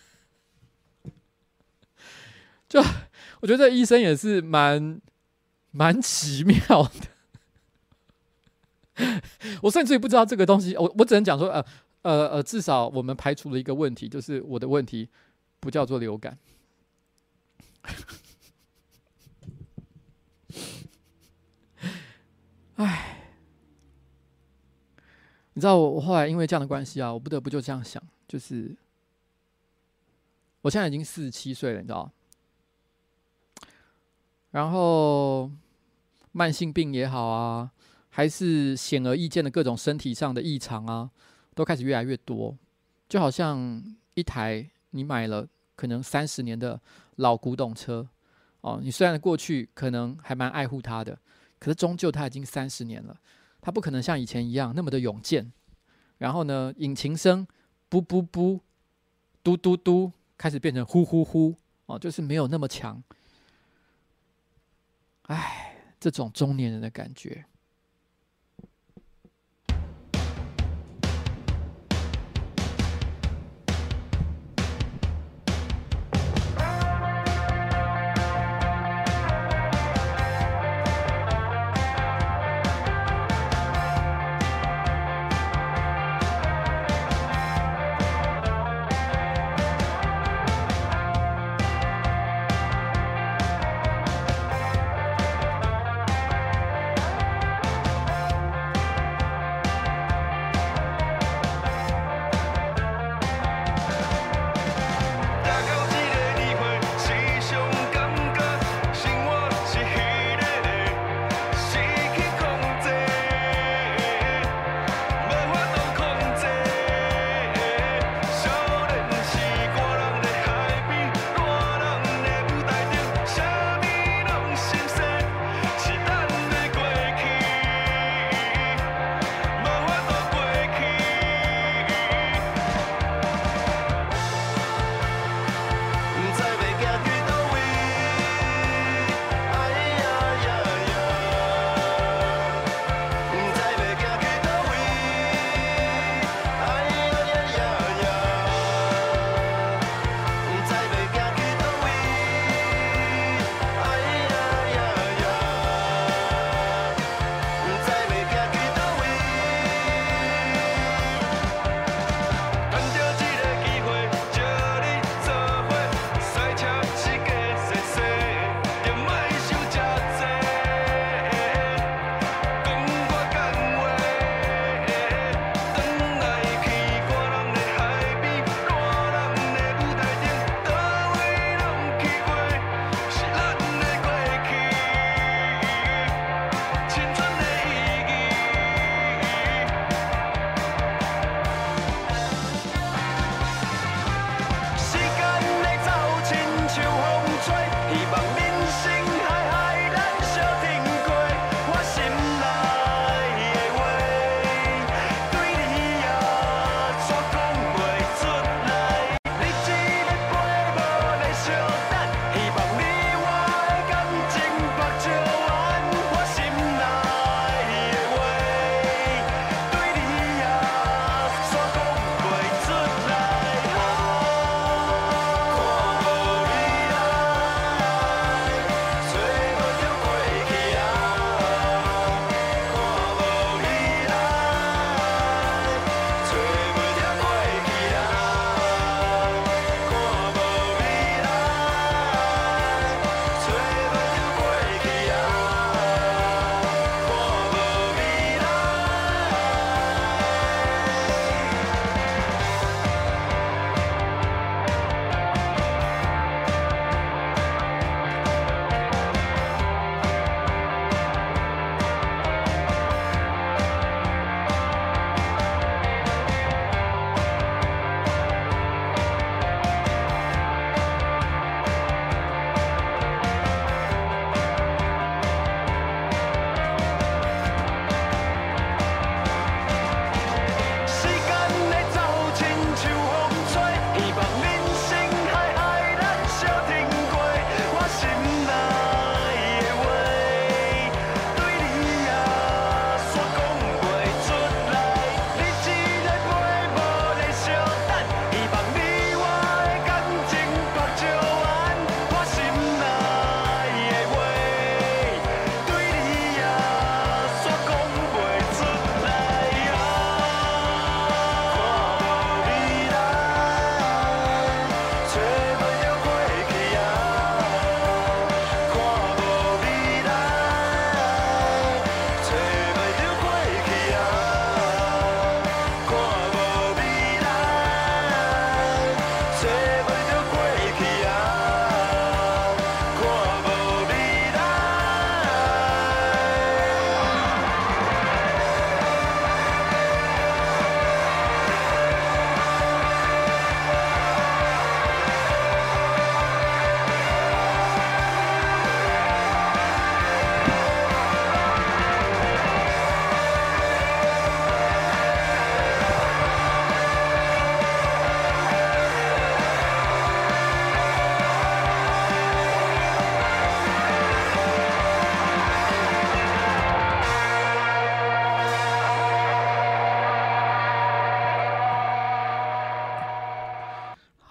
就我觉得这医生也是蛮。蛮奇妙的，我甚至于不知道这个东西，我我只能讲说，呃呃呃，至少我们排除了一个问题，就是我的问题不叫做流感。唉，你知道我我后来因为这样的关系啊，我不得不就这样想，就是我现在已经四十七岁了，你知道，然后。慢性病也好啊，还是显而易见的各种身体上的异常啊，都开始越来越多。就好像一台你买了可能三十年的老古董车，哦，你虽然过去可能还蛮爱护它的，可是终究它已经三十年了，它不可能像以前一样那么的勇健。然后呢，引擎声噗噗噗、嘟嘟嘟，开始变成呼呼呼，哦，就是没有那么强。唉。这种中年人的感觉。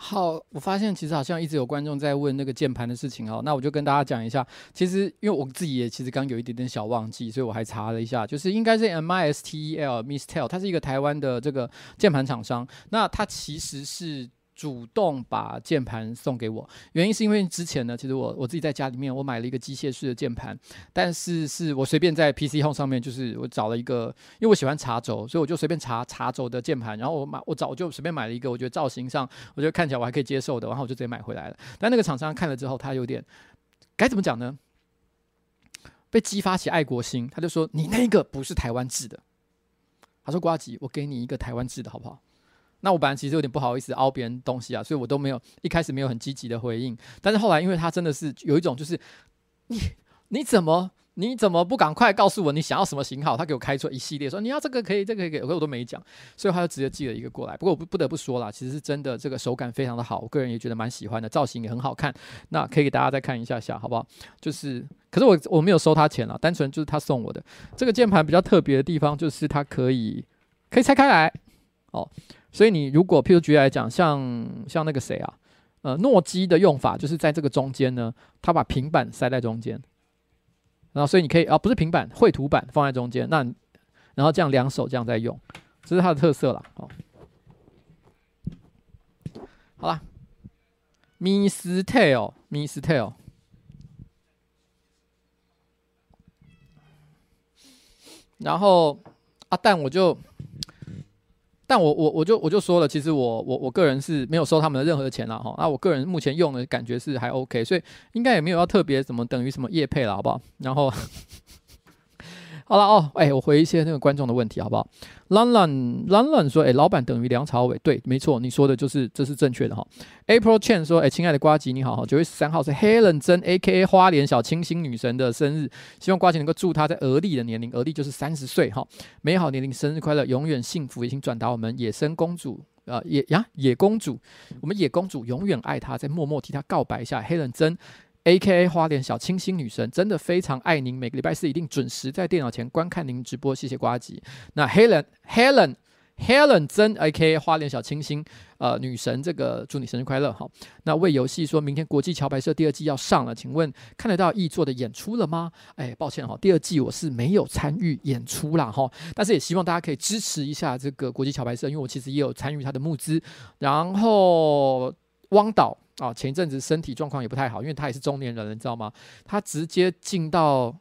好，我发现其实好像一直有观众在问那个键盘的事情哦，那我就跟大家讲一下。其实因为我自己也其实刚有一点点小忘记，所以我还查了一下，就是应该是 M I S T E L Mistel， 它是一个台湾的这个键盘厂商。那它其实是主动把键盘送给我，原因是因为之前呢，其实我我自己在家里面我买了一个机械式的键盘，但是是我随便在 P C Home 上面，就是我找了一个，因为我喜欢茶轴，所以我就随便查茶轴的键盘，然后我买我找我就随便买了一个，我觉得造型上我觉得看起来我还可以接受的，然后我就直接买回来了。但那个厂商看了之后，他有点该怎么讲呢？被激发起爱国心，他就说你那个不是台湾制的，他说呱吉，我给你一个台湾制的好不好？那我本来其实有点不好意思凹别人东西啊，所以我都没有一开始没有很积极的回应。但是后来，因为他真的是有一种就是你你怎么你怎么不赶快告诉我你想要什么型号？他给我开出一系列说你要这个可以，这个可以，可我都没讲，所以他就直接寄了一个过来。不过我不得不说啦，其实是真的这个手感非常的好，我个人也觉得蛮喜欢的，造型也很好看。那可以给大家再看一下下，好不好？就是，可是我我没有收他钱啦，单纯就是他送我的。这个键盘比较特别的地方就是它可以可以拆开来哦。所以你如果譬如举例来讲，像像那个谁啊，呃，诺基的用法就是在这个中间呢，他把平板塞在中间，然后所以你可以啊，不是平板，绘图板放在中间，那然后这样两手这样在用，这是它的特色啦。哦，好啦 ，Mistel Mistel， 然后啊，但我就。但我我我就我就说了，其实我我我个人是没有收他们的任何的钱啦哈。那我个人目前用的感觉是还 OK， 所以应该也没有要特别怎么等于什么业配啦，好不好？然后好了哦，哎、欸，我回一些那个观众的问题好不好？朗朗朗朗说，哎、欸，老板等于梁朝伟，对，没错，你说的就是这是正确的哈。April Chen 说，哎、欸，亲爱的呱吉你好，九月十三号是 Helen 珍 A K A 花莲小清新女神的生日，希望呱吉能够祝她在而立的年龄，而立就是三十岁哈，美好年龄生日快乐，永远幸福，已经转达我们野生公主。呃，野呀，野公主，我们野公主永远爱她，再默默替她告白一下。Helen 珍 A K A 花莲小清新女神，真的非常爱您，每个礼拜四一定准时在电脑前观看您直播，谢谢呱吉。那 Helen Helen Helen 珍 A K A 花莲小清新呃女神，这个祝你生日快乐哈。那为游戏说明天国际桥牌社第二季要上了，请问看得到易作的演出了吗？哎，抱歉哈，第二季我是没有参与演出啦哈，但是也希望大家可以支持一下这个国际桥牌社，因为我其实也有参与他的募资。然后汪导。哦，前一阵子身体状况也不太好，因为他也是中年人了，你知道吗？他直接进到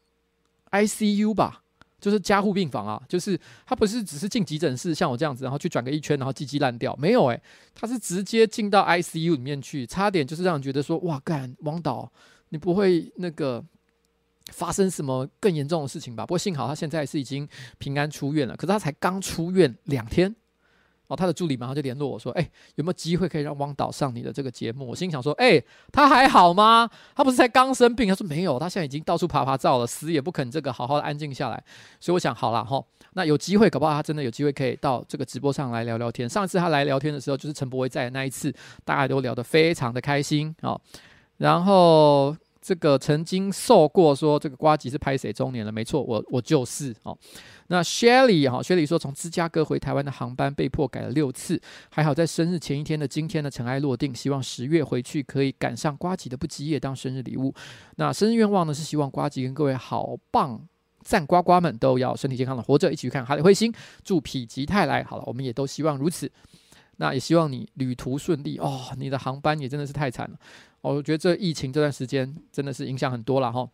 I C U 吧，就是加护病房啊，就是他不是只是进急诊室，像我这样子，然后去转个一圈，然后鸡鸡烂掉，没有哎、欸，他是直接进到 I C U 里面去，差点就是让人觉得说，哇干，汪导，你不会那个发生什么更严重的事情吧？不过幸好他现在是已经平安出院了，可是他才刚出院两天。哦，他的助理马上就联络我说：“哎、欸，有没有机会可以让汪导上你的这个节目？”我心想说：“哎、欸，他还好吗？他不是才刚生病？”他说：“没有，他现在已经到处爬爬照了，死也不肯这个好好的安静下来。”所以我想，好啦齁，那有机会，搞不好他真的有机会可以到这个直播上来聊聊天。上一次他来聊天的时候，就是陈柏惟在的那一次，大家都聊得非常的开心哦。然后这个曾经受过说这个呱吉是拍谁中年了？没错，我我就是哦。那 Shelly 哈 ，Shelly 说从芝加哥回台湾的航班被迫改了六次，还好在生日前一天的今天的尘埃落定，希望十月回去可以赶上呱吉的不羁夜当生日礼物。那生日愿望呢是希望呱吉跟各位好棒赞呱呱们都要身体健康的活着，一起去看哈利彗星，祝否极泰来。好了，我们也都希望如此。那也希望你旅途顺利哦，你的航班也真的是太惨了。哦、我觉得这疫情这段时间真的是影响很多啦齁。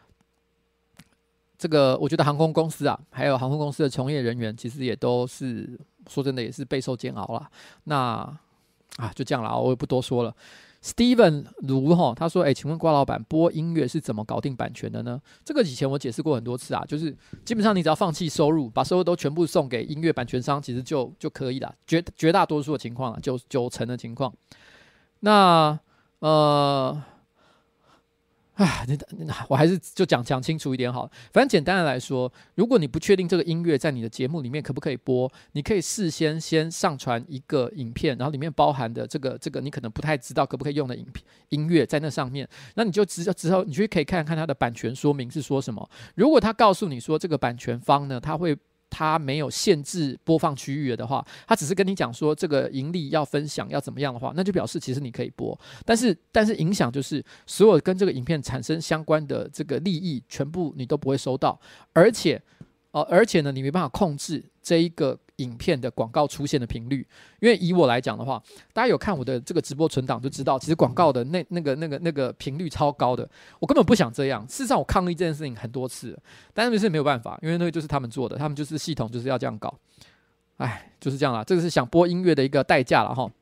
这个我觉得航空公司啊，还有航空公司的从业人员，其实也都是说真的也是备受煎熬啦。那啊就这样啦，我也不多说了。Steven 卢哈他说：“哎、欸，请问瓜老板播音乐是怎么搞定版权的呢？这个以前我解释过很多次啊，就是基本上你只要放弃收入，把收入都全部送给音乐版权商，其实就就可以了。绝绝大多数的情况啊，九九成的情况。那呃。”啊，我还是就讲讲清楚一点好了。反正简单的来说，如果你不确定这个音乐在你的节目里面可不可以播，你可以事先先上传一个影片，然后里面包含的这个这个你可能不太知道可不可以用的影片音乐在那上面，那你就之之后你就可以看看它的版权说明是说什么。如果他告诉你说这个版权方呢，他会它没有限制播放区域的话，它只是跟你讲说这个盈利要分享要怎么样的话，那就表示其实你可以播。但是但是影响就是所有跟这个影片产生相关的这个利益，全部你都不会收到，而且呃而且呢，你没办法控制这一个影片的广告出现的频率。因为以我来讲的话，大家有看我的这个直播存档就知道，其实广告的那那个那个那个频率超高的，我根本不想这样。事实上我抗议这件事情很多次了，但是没有办法，因为那个就是他们做的，他们就是系统就是要这样搞。哎，就是这样啦，这个是想播音乐的一个代价了哈。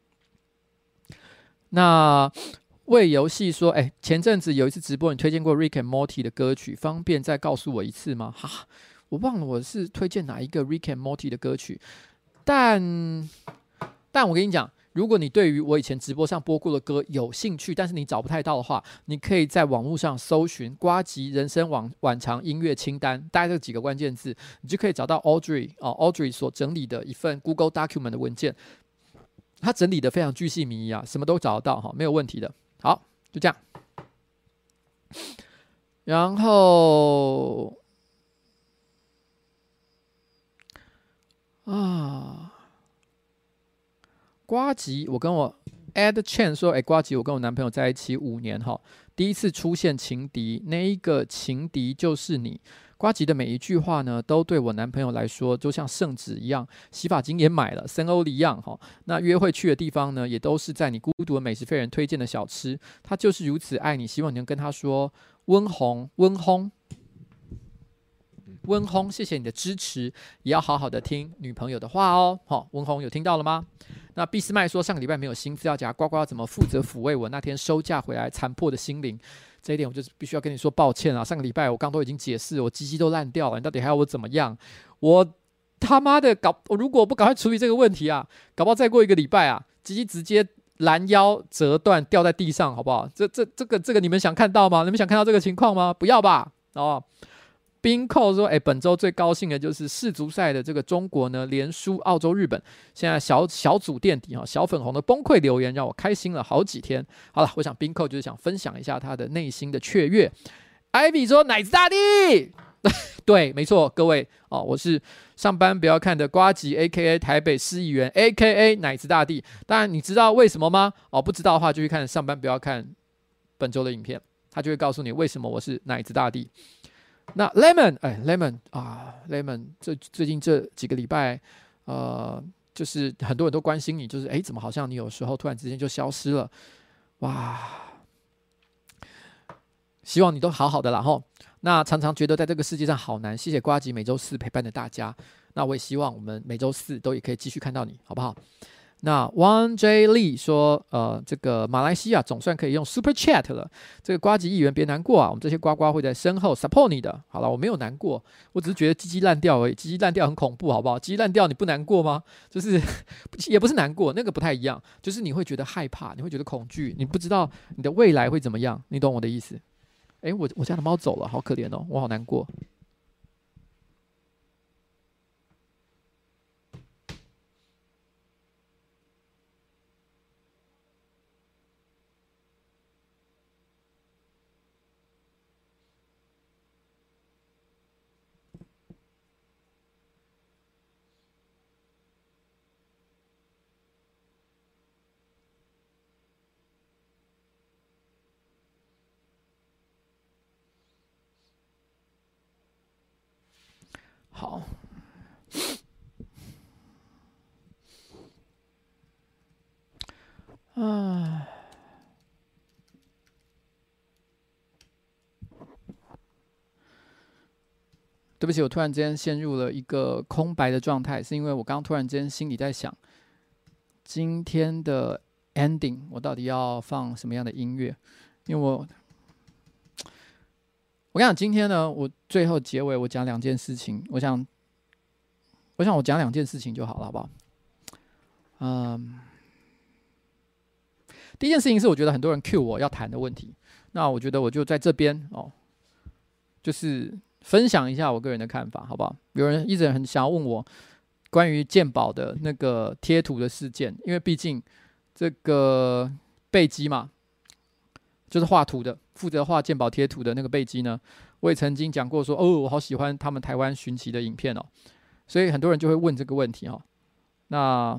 那为游戏说，哎，前阵子有一次直播，你推荐过 Rick and Morty 的歌曲，方便再告诉我一次吗？哈，我忘了我是推荐哪一个 Rick and Morty 的歌曲，但但我跟你讲，如果你对于我以前直播上播过的歌有兴趣，但是你找不太到的话，你可以在网络上搜寻呱吉人生晚晚长音乐清单，大概这几个关键字，你就可以找到 Audrey 哦 Audrey 所整理的一份 Google Document 的文件，他整理的非常巨细靡遗啊，什么都找得到哈，没有问题的。好，就这样。然后啊，呱吉，我跟我 Ed Chen 说，哎，呱吉，我跟我男朋友在一起五年哈，第一次出现情敌，那一个情敌就是你。呱吉的每一句话呢，都对我男朋友来说就像圣旨一样，洗发精也买了，森欧里样哈。那约会去的地方呢，也都是在你孤独的美食废人推荐的小吃。他就是如此爱你，希望你能跟他说温红温烘温烘，谢谢你的支持，也要好好的听女朋友的话哦。好，温烘有听到了吗？那俾斯麦说上个礼拜没有新资料夹，呱呱要怎么负责抚慰我那天收假回来残破的心灵？这一点我就是必须要跟你说抱歉啊！上个礼拜我刚都已经解释，我鸡鸡都烂掉了，你到底还要我怎么样？我他妈的搞，我如果不赶快处理这个问题啊，搞不好再过一个礼拜啊，鸡鸡直接拦腰折断掉在地上，好不好？这这这个这个你们想看到吗？你们想看到这个情况吗？不要吧！哦。冰扣说：“哎，本周最高兴的就是世足赛的这个中国呢，连输澳洲、日本，现在小小组垫底哈，小粉红的崩溃留言让我开心了好几天。好了，我想冰扣就是想分享一下他的内心的雀跃。Ivy 说：奶子大帝，对，没错，各位哦，我是上班不要看的呱吉 ，A K A 台北市议员 ，A K A 奶子大帝。当然，你知道为什么吗？哦，不知道的话就去看上班不要看本周的影片，他就会告诉你为什么我是奶子大帝。”那 Lemon， 哎 ，Lemon 啊 ，Lemon， 这最近这几个礼拜，呃，就是很多人都关心你，就是哎，怎么好像你有时候突然之间就消失了，哇！希望你都好好的啦吼。那常常觉得在这个世界上好难，谢谢呱吉每周四陪伴的大家。那我也希望我们每周四都也可以继续看到你，好不好？那 One J Lee 说，呃，这个马来西亚总算可以用 Super Chat 了。这个呱吉议员别难过啊，我们这些呱呱会在身后 support 你的。好了，我没有难过，我只是觉得鸡鸡烂掉而已。鸡鸡烂掉很恐怖，好不好？鸡鸡烂掉你不难过吗？就是也不是难过，那个不太一样，就是你会觉得害怕，你会觉得恐惧，你不知道你的未来会怎么样，你懂我的意思？哎，我我家的猫走了，好可怜哦，我好难过。好，啊，对不起，我突然之间陷入了一个空白的状态，是因为我刚突然之间心里在想，今天的 ending 我到底要放什么样的音乐？因为我。我跟你讲，今天呢，我最后结尾我讲两件事情，我想，我想我讲两件事情就好了，好不好？嗯，第一件事情是我觉得很多人 cue 我要谈的问题，那我觉得我就在这边哦，就是分享一下我个人的看法，好不好？有人一直很想要问我关于健保的那个贴图的事件，因为毕竟这个贝基嘛。就是画图的，负责画健保贴图的那个贝基呢，我也曾经讲过说，哦，我好喜欢他们台湾寻奇的影片哦。 所以很多人就会问这个问题哈。那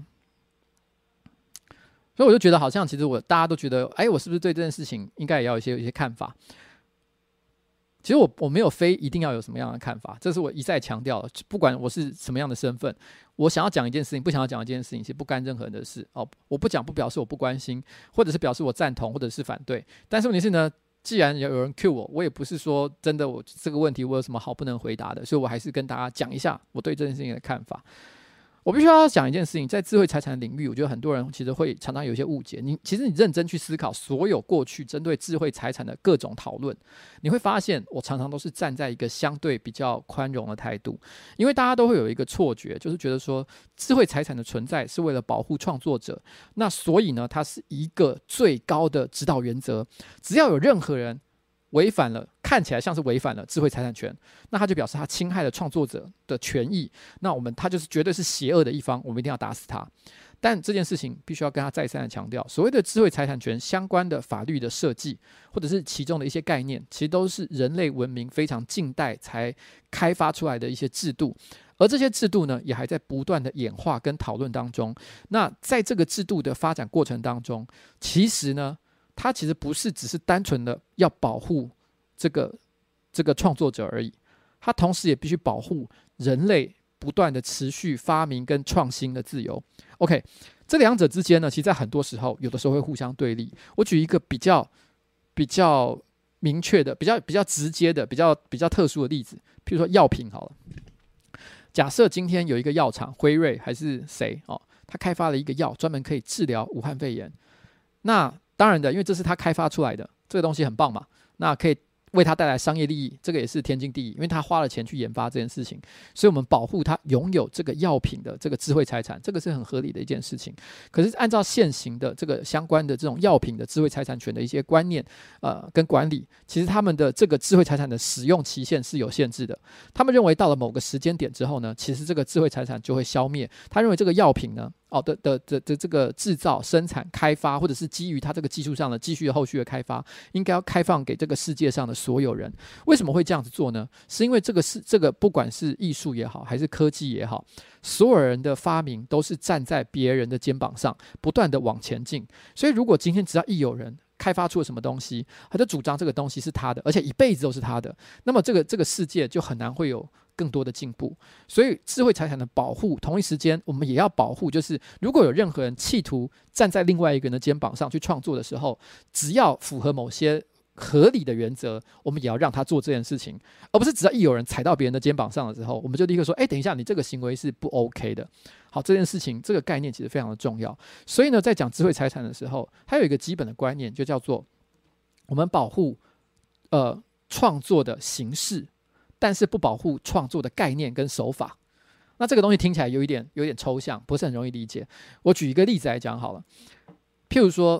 所以我就觉得好像其实我大家都觉得，哎，我是不是对这件事情应该也要有一些有一些看法？其实我我没有非一定要有什么样的看法，这是我一再强调的。不管我是什么样的身份，我想要讲一件事情，不想要讲一件事情，其实不干任何人的事哦。我不讲不表示我不关心，或者是表示我赞同，或者是反对。但是问题是呢，既然有人 cue 我，我也不是说真的我这个问题我有什么好不能回答的，所以我还是跟大家讲一下我对这件事情的看法。我必须要讲一件事情，在智慧财产领域，我觉得很多人其实会常常有一些误解。你其实你认真去思考所有过去针对智慧财产的各种讨论，你会发现我常常都是站在一个相对比较宽容的态度，因为大家都会有一个错觉，就是觉得说智慧财产的存在是为了保护创作者，那所以呢，它是一个最高的指导原则，只要有任何人违反了，看起来像是违反了智慧财产权，那他就表示他侵害了创作者的权益，那我们他就是绝对是邪恶的一方，我们一定要打死他。但这件事情必须要跟他再三的强调，所谓的智慧财产权相关的法律的设计，或者是其中的一些概念，其实都是人类文明非常近代才开发出来的一些制度，而这些制度呢，也还在不断的演化跟讨论当中。那在这个制度的发展过程当中，其实呢，它其实不是只是单纯的要保护这个这个创作者而已，它同时也必须保护人类不断的持续发明跟创新的自由。OK， 这两者之间呢，其实在很多时候，有的时候会互相对立。我举一个比较比较明确的、比较比较直接的、比较比较特殊的例子，譬如说药品好了。假设今天有一个药厂，辉瑞还是谁哦，他开发了一个药，专门可以治疗武汉肺炎。那当然的，因为这是他开发出来的，这个东西很棒嘛，那可以为他带来商业利益，这个也是天经地义，因为他花了钱去研发这件事情，所以我们保护他拥有这个药品的这个智慧财产，这个是很合理的一件事情。可是按照现行的这个相关的这种药品的智慧财产权的一些观念，呃，跟管理，其实他们的这个智慧财产的使用期限是有限制的。他们认为到了某个时间点之后呢，其实这个智慧财产就会消灭。他认为这个药品呢，哦的的的的这个制造、生产、开发，或者是基于它这个技术上的继续后续的开发，应该要开放给这个世界上的所有人。为什么会这样子做呢？是因为这个是这个不管是艺术也好，还是科技也好，所有人的发明都是站在别人的肩膀上，不断的往前进。所以如果今天只要一有人开发出了什么东西，他就主张这个东西是他的，而且一辈子都是他的，那么这个这个世界就很难会有更多的进步。所以智慧财产的保护，同一时间我们也要保护，就是如果有任何人企图站在另外一个人的肩膀上去创作的时候，只要符合某些合理的原则，我们也要让他做这件事情，而不是只要一有人踩到别人的肩膀上的时候，我们就立刻说，哎，等一下，你这个行为是不 OK 的。好，这件事情这个概念其实非常的重要。所以呢，在讲智慧财产的时候，它有一个基本的观念，就叫做我们保护呃创作的形式，但是不保护创作的概念跟手法。那这个东西听起来有一点有点抽象，不是很容易理解。我举一个例子来讲好了，譬如说，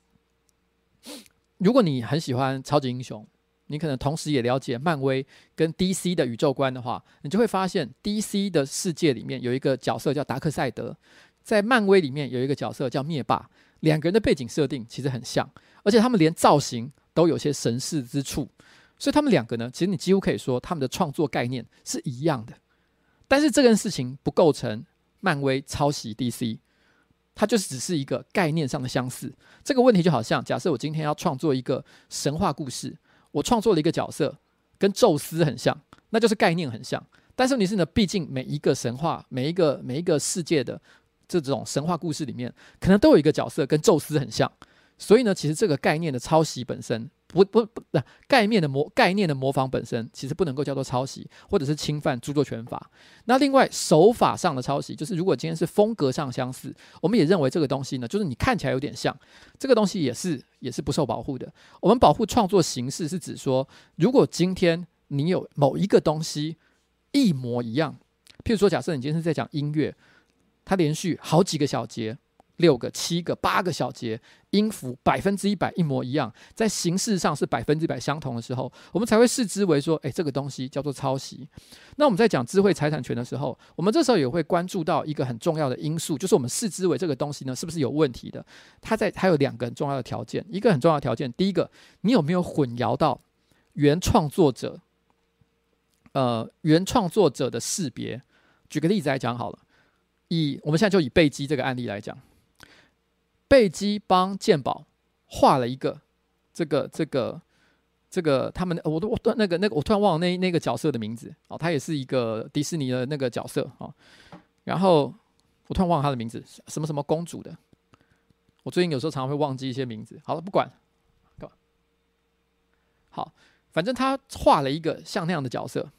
如果你很喜欢超级英雄，你可能同时也了解漫威跟 D C 的宇宙观的话，你就会发现 D C 的世界里面有一个角色叫达克赛德，在漫威里面有一个角色叫灭霸，两个人的背景设定其实很像，而且他们连造型都有些神似之处，所以他们两个呢，其实你几乎可以说他们的创作概念是一样的。但是这件事情不构成漫威抄袭 D C， 它就是只是一个概念上的相似。这个问题就好像，假设我今天要创作一个神话故事，我创作了一个角色跟宙斯很像，那就是概念很像。但是问题是呢，毕竟每一个神话、每一个每一个世界的这种神话故事里面，可能都有一个角色跟宙斯很像，所以呢，其实这个概念的抄袭本身。不不不，概念的模概念的模仿本身其实不能够叫做抄袭，或者是侵犯著作权法。那另外手法上的抄袭，就是如果今天是风格上相似，我们也认为这个东西呢，就是你看起来有点像，这个东西也是也是不受保护的。我们保护创作形式是指说，如果今天你有某一个东西一模一样，譬如说假设你今天是在讲音乐，它连续好几个小节。六个、七个、八个小节，音符百分之一百一模一样，在形式上是百分之百相同的时候，我们才会视之为说，哎，这个东西叫做抄袭。那我们在讲智慧财产权的时候，我们这时候也会关注到一个很重要的因素，就是我们视之为这个东西呢是不是有问题的。它在它有两个很重要的条件，一个很重要的条件，第一个，你有没有混淆到原创作者，呃，原创作者的识别举个例子来讲好了，以我们现在就以贝基这个案例来讲，贝基帮健保画了一个这个这个这个他们我都我那个那个我突然忘了那那个角色的名字哦，他也是一个迪士尼的那个角色哦，然后我突然忘了他的名字，什么什么公主的，我最近有时候常常会忘记一些名字。好了，不管，好，反正他画了一个像那样的角色。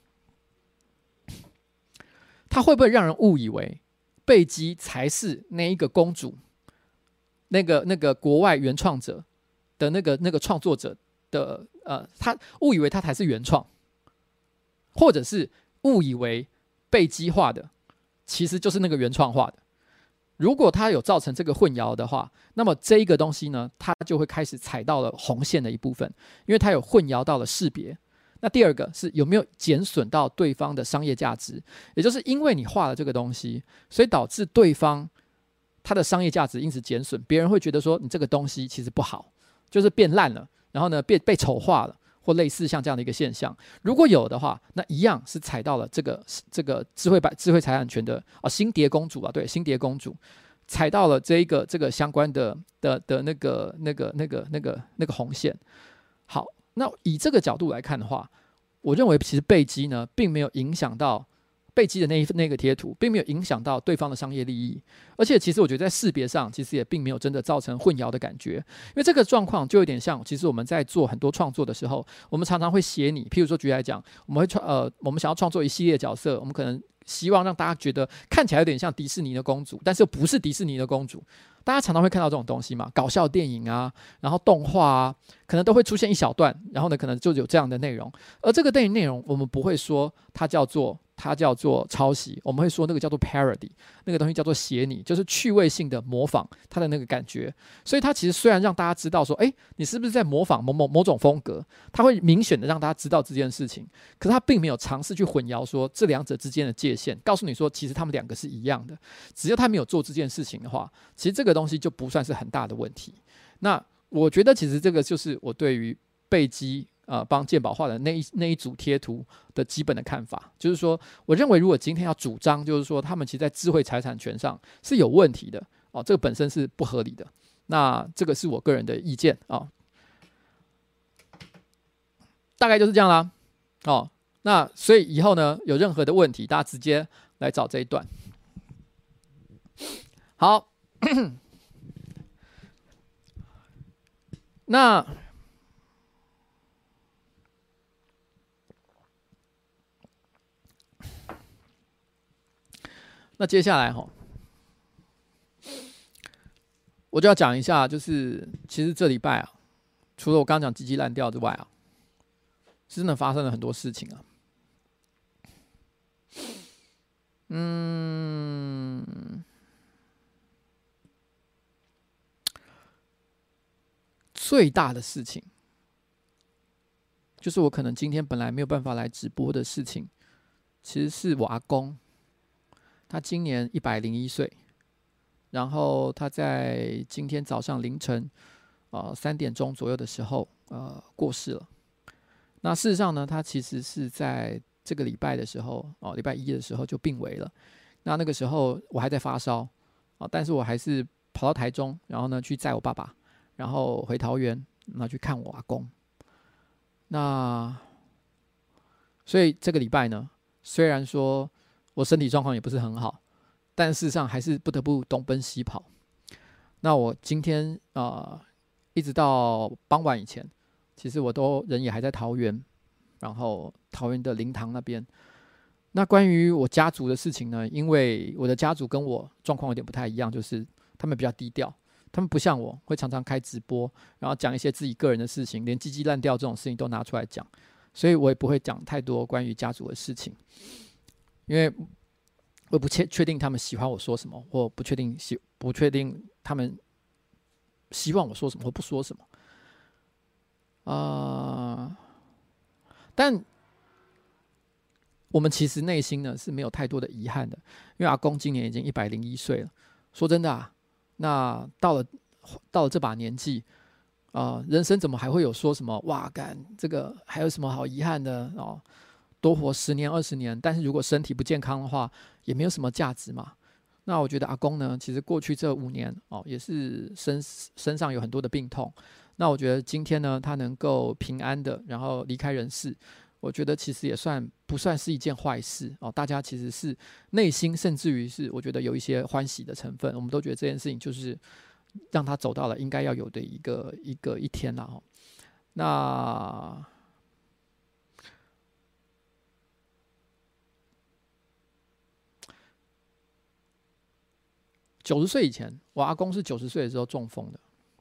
他会不会让人误以为贝基才是那一个公主，那个那个国外原创者的那个那个创作者的呃，他误以为他才是原创，或者是误以为贝基画的其实就是那个原创画的。如果他有造成这个混淆的话，那么这一个东西呢，他就会开始踩到了红线的一部分，因为他有混淆到了识别。那第二个是有没有减损到对方的商业价值，也就是因为你画了这个东西，所以导致对方他的商业价值因此减损，别人会觉得说你这个东西其实不好，就是变烂了，然后呢被被丑化了，或类似像这样的一个现象。如果有的话，那一样是踩到了这个这个智慧智慧财产权的啊，星蝶公主啊，对，星蝶公主踩到了这一个这个相关的的的那个那个那个那个那个红线。好。那以这个角度来看的话，我认为其实贝基呢，并没有影响到贝基的那一那个贴图，并没有影响到对方的商业利益，而且其实我觉得在识别上，其实也并没有真的造成混淆的感觉，因为这个状况就有点像，其实我们在做很多创作的时候，我们常常会写你，譬如说举例来讲，我们会创呃，我们想要创作一系列角色，我们可能希望让大家觉得看起来有点像迪士尼的公主，但是又不是迪士尼的公主。大家常常会看到这种东西嘛，搞笑电影啊，然后动画啊，可能都会出现一小段，然后呢，可能就有这样的内容。而这个电影内容，我们不会说它叫做它叫做抄袭，我们会说那个叫做 parody， 那个东西叫做写拟，就是趣味性的模仿它的那个感觉。所以它其实虽然让大家知道说，哎，你是不是在模仿某某某种风格，它会明显的让大家知道这件事情，可是它并没有尝试去混淆说这两者之间的界限，告诉你说其实他们两个是一样的。只要他没有做这件事情的话，其实这个东西就不算是很大的问题。那我觉得其实这个就是我对于贝基呃帮健保画的那一那一组贴图的基本的看法，就是说，我认为如果今天要主张，就是说他们其实在智慧财产权上是有问题的哦，这个本身是不合理的。那这个是我个人的意见啊、哦，大概就是这样啦。哦，那所以以后呢，有任何的问题，大家直接来找这一段。好。那那接下来哈，我就要讲一下，就是其实这礼拜啊，除了我刚刚讲鸡鸡烂掉之外啊，真的发生了很多事情啊。嗯。最大的事情，就是我可能今天本来没有办法来直播的事情，其实是我阿公，他今年一百零一岁，然后他在今天早上凌晨，呃三点钟左右的时候，呃过世了。那事实上呢，他其实是在这个礼拜的时候，哦礼拜一的时候就病危了。那那个时候我还在发烧，啊，但是我还是跑到台中，然后呢去载我爸爸。然后回桃园，那去看我阿公。那所以这个礼拜呢，虽然说我身体状况也不是很好，但事实上还是不得不东奔西跑。那我今天呃，一直到傍晚以前，其实我都人也还在桃园，然后桃园的灵堂那边。那关于我家族的事情呢，因为我的家族跟我状况有点不太一样，就是他们比较低调。他们不像我会常常开直播，然后讲一些自己个人的事情，连鸡鸡烂掉这种事情都拿出来讲，所以我也不会讲太多关于家族的事情，因为我不确确定他们喜欢我说什么，或不确定喜不确定他们希望我说什么或不说什么。啊、呃，但我们其实内心呢是没有太多的遗憾的，因为阿公今年已经一百零一岁了。说真的啊。那到了到了这把年纪，啊、呃，人生怎么还会有说什么哇，干这个还有什么好遗憾的哦？多活十年二十年，但是如果身体不健康的话， 也没有什么价值嘛。那我觉得阿公呢，其实过去这五年哦，也是身身上有很多的病痛。那我觉得今天呢，他能够平安的，然后离开人世，我觉得其实也算不算是一件坏事哦。大家其实是内心甚至于是我觉得有一些欢喜的成分，我们都觉得这件事情就是让他走到了应该要有的一个一个一天啦哦。那九十岁以前，我阿公是九十岁的时候中风的。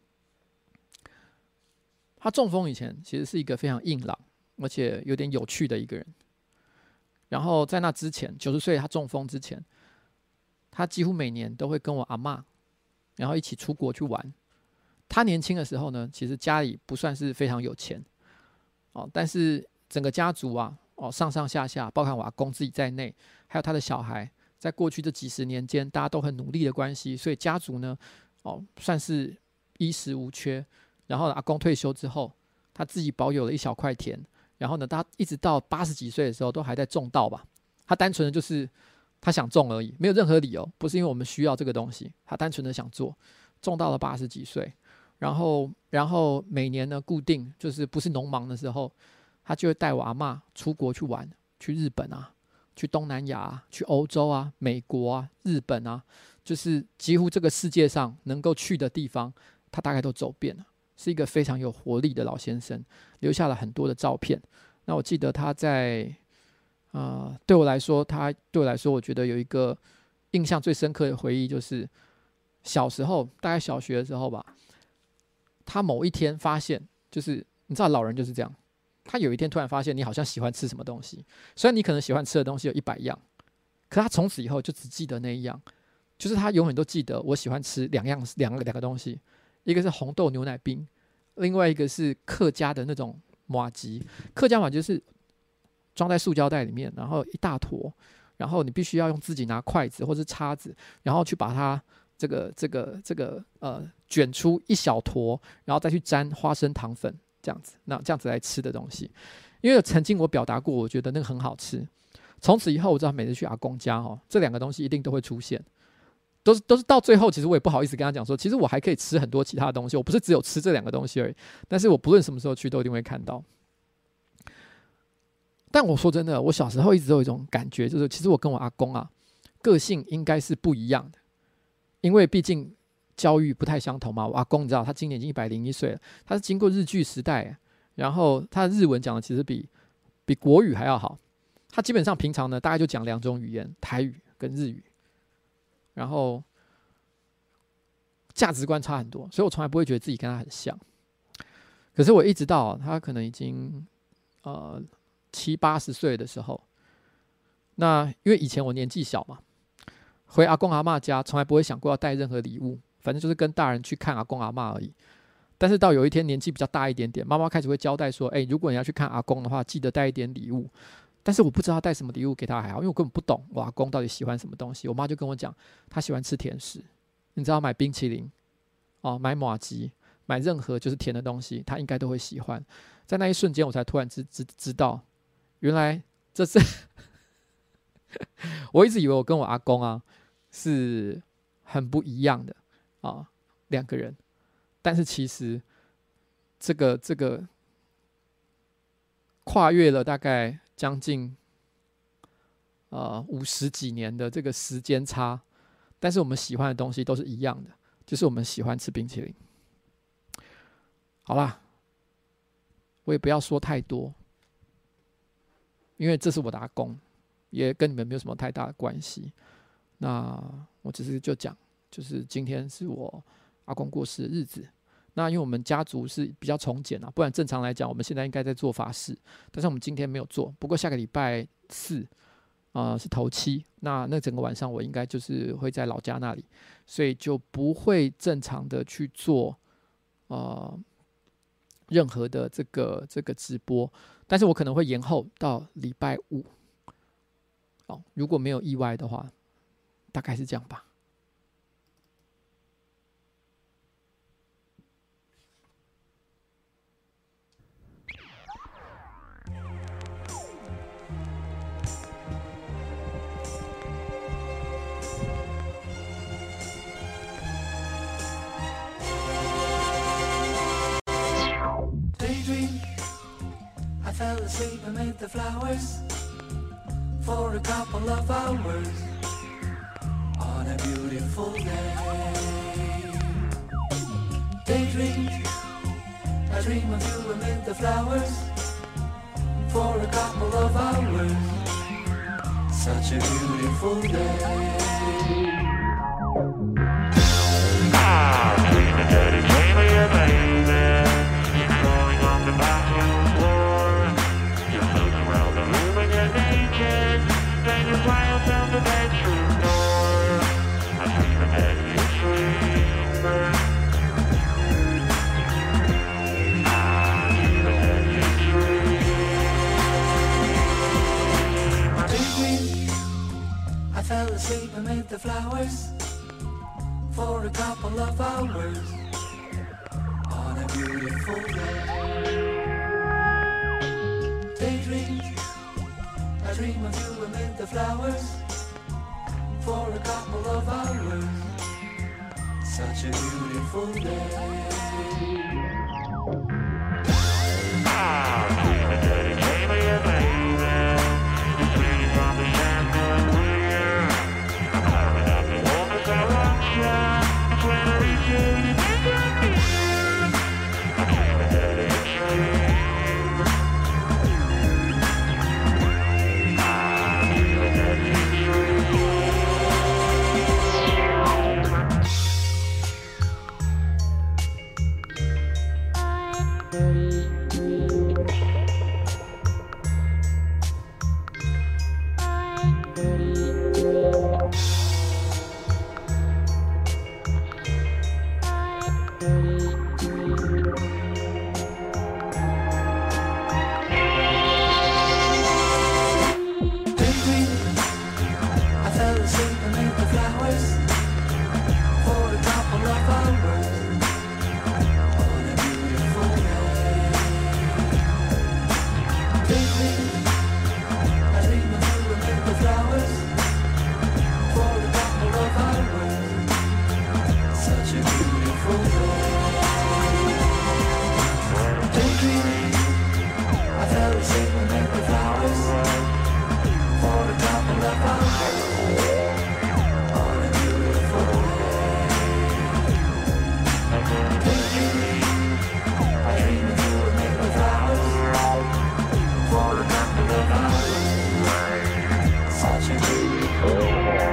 他中风以前其实是一个非常硬朗，而且有点有趣的一个人。然后在那之前，九十岁他中风之前，他几乎每年都会跟我阿嬷，然后一起出国去玩。他年轻的时候呢，其实家里不算是非常有钱，哦，但是整个家族啊，哦，上上下下，包含我阿公自己在内，还有他的小孩，在过去这几十年间，大家都很努力的关系，所以家族呢，哦，算是衣食无缺。然后阿公退休之后，他自己保有了一小块田，然后呢，他一直到八十几岁的时候都还在种稻吧。他单纯的就是他想种而已，没有任何理由，不是因为我们需要这个东西，他单纯的想做，种到了八十几岁。然后，然后每年呢，固定就是不是农忙的时候，他就会带我阿嬷出国去玩，去日本啊，去东南亚啊，去欧洲啊，美国啊，日本啊，就是几乎这个世界上能够去的地方，他大概都走遍了。是一个非常有活力的老先生，留下了很多的照片。那我记得他在，呃，对我来说，他对我来说，我觉得有一个印象最深刻的回忆，就是小时候，大概小学的时候吧，他某一天发现，就是你知道老人就是这样，他有一天突然发现你好像喜欢吃什么东西，虽然你可能喜欢吃的东西有一百样，可他从此以后就只记得那一样，就是他永远都记得我喜欢吃两样两个两个东西。一个是红豆牛奶冰，另外一个是客家的那种麻糬。客家麻糬就是装在塑胶袋里面，然后一大坨，然后你必须要用自己拿筷子或是叉子，然后去把它这个这个这个呃卷出一小坨，然后再去沾花生糖粉，这样子，那这样子来吃的东西。因为曾经我表达过，我觉得那个很好吃。从此以后，我知道每次去阿公家哦，这两个东西一定都会出现。都是都是到最后，其实我也不好意思跟他讲说，其实我还可以吃很多其他的东西，我不是只有吃这两个东西而已。但是我不论什么时候去，都一定会看到。但我说真的，我小时候一直都有一种感觉，就是其实我跟我阿公啊，个性应该是不一样的，因为毕竟教育不太相同嘛。我阿公你知道，他今年已经一百零一岁了，他是经过日据时代，然后他的日文讲的其实比比国语还要好。他基本上平常呢，大概就讲两种语言，台语跟日语。然后价值观差很多，所以我从来不会觉得自己跟他很像。可是我一直到他可能已经呃七八十岁的时候，那因为以前我年纪小嘛，回阿公阿嬷家从来不会想过要带任何礼物，反正就是跟大人去看阿公阿嬷而已。但是到有一天年纪比较大一点点，妈妈开始会交代说：“哎，如果你要去看阿公的话，记得带一点礼物。”但是我不知道带什么礼物给他还好，因为我根本不懂我阿公到底喜欢什么东西。我妈就跟我讲，他喜欢吃甜食，你知道买冰淇淋，哦，买麻糬，买任何就是甜的东西，他应该都会喜欢。在那一瞬间，我才突然知知知道，原来这是我一直以为我跟我阿公啊是很不一样的啊两个人，但是其实这个这个跨越了大概将近呃五十几年的这个时间差，但是我们喜欢的东西都是一样的，就是我们喜欢吃冰淇淋。好啦，我也不要说太多，因为这是我的阿公，也跟你们没有什么太大的关系。那我只是就讲，就是今天是我阿公过世的日子。那因为我们家族是比较从简啊，不然正常来讲，我们现在应该在做法事，但是我们今天没有做。不过下个礼拜四，呃，是头七，那那整个晚上我应该就是会在老家那里，所以就不会正常的去做呃任何的这个这个直播，但是我可能会延后到礼拜五。哦，如果没有意外的话，大概是这样吧。 asleep amid the flowers for a couple of hours on a beautiful day. Daydream, I dream of you amid the flowers for a couple of hours. Such a beautiful day. Ah, dreaming that he gave me a baby. Going on the bathroom floor. You look around the room and you're naked. Then you fly down the bedroom door. I'm dreaming that you sleep. Ah, dreaming that you Daydream, I fell asleep amid the flowers for a couple of hours on a beautiful day. Daydream, I dream of you amid the flowers for a couple of hours. Such a beautiful day. Ah, dreaming that he gave me a baby. Dreaming from the chandelier. I'm climbing up the wall as I watch ya. When I reach you, you think I'm here. I'm dreaming that it's real. Ah, dreaming that it's real. Daydream, I fell asleep amid the flowers for a couple of hours on a beautiful day. Daydream, I dream of you amid the flowers for a couple of hours. Such a beautiful day. Daydream, I fell asleep amid the flowers for a couple of hours on a beautiful day. Daydream, I dream of you amid the flowers for a couple of hours. Such a beautiful day.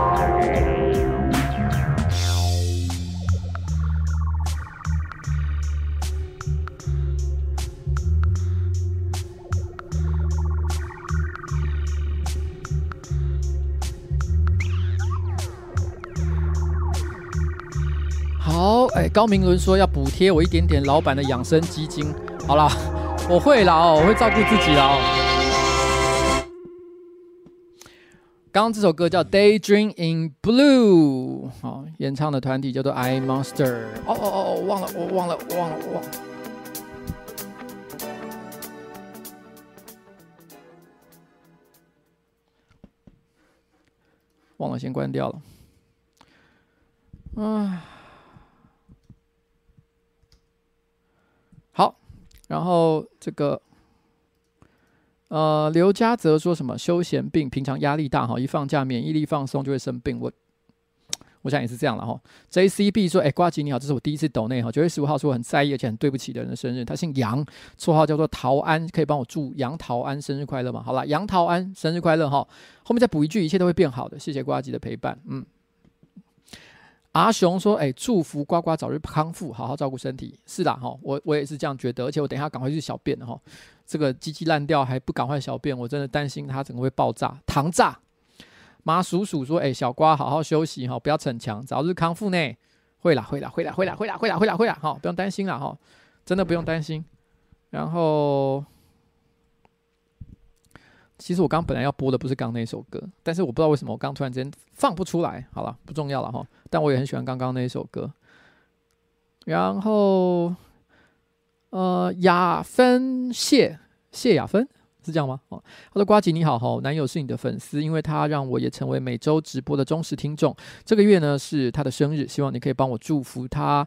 好，哎，高明伦说要补贴我一点点老板的养生基金。好啦，我会啦哦，我会照顾自己啦哦。刚刚这首歌叫《Daydream in Blue》，好，演唱的团体叫做 I Monster。哦哦哦，我忘了，我忘了，我忘了，我忘了。忘了，先关掉了。啊。好，然后这个，呃，刘家泽说什么休闲病，平常压力大哈，一放假免疫力放松就会生病。我我想也是这样了哈。J C B 说，哎，呱吉你好，这是我第一次抖内哈，九月十五号是我很在意而且很对不起的人的生日，他姓杨，绰号叫做陶安，可以帮我祝杨陶安生日快乐吗？好啦，杨陶安生日快乐哈，后面再补一句，一切都会变好的，谢谢呱吉的陪伴，嗯。阿雄说：“哎、欸，祝福呱呱早日康复，好好照顾身体。是啦，哈，我我也是这样觉得，而且我等一下赶快去小便了哈。这个鸡鸡烂掉还不赶快小便，我真的担心它整个会爆炸、糖炸。”马叔叔说：“哎、欸，小瓜好好休息哈，不要逞强，早日康复呢。会啦，会啦，会啦，会啦，会啦，会啦，会啦，会啦，哈，不用担心啦哈，真的不用担心。然后。”其实我刚本来要播的不是刚那首歌，但是我不知道为什么我刚突然之间放不出来。好了，不重要了哈。但我也很喜欢刚刚那一首歌。然后，呃，雅芬谢谢雅芬是这样吗？哦，他说：“呱吉你好哈，男友是你的粉丝，因为他让我也成为每周直播的忠实听众。这个月呢是他的生日，希望你可以帮我祝福他。”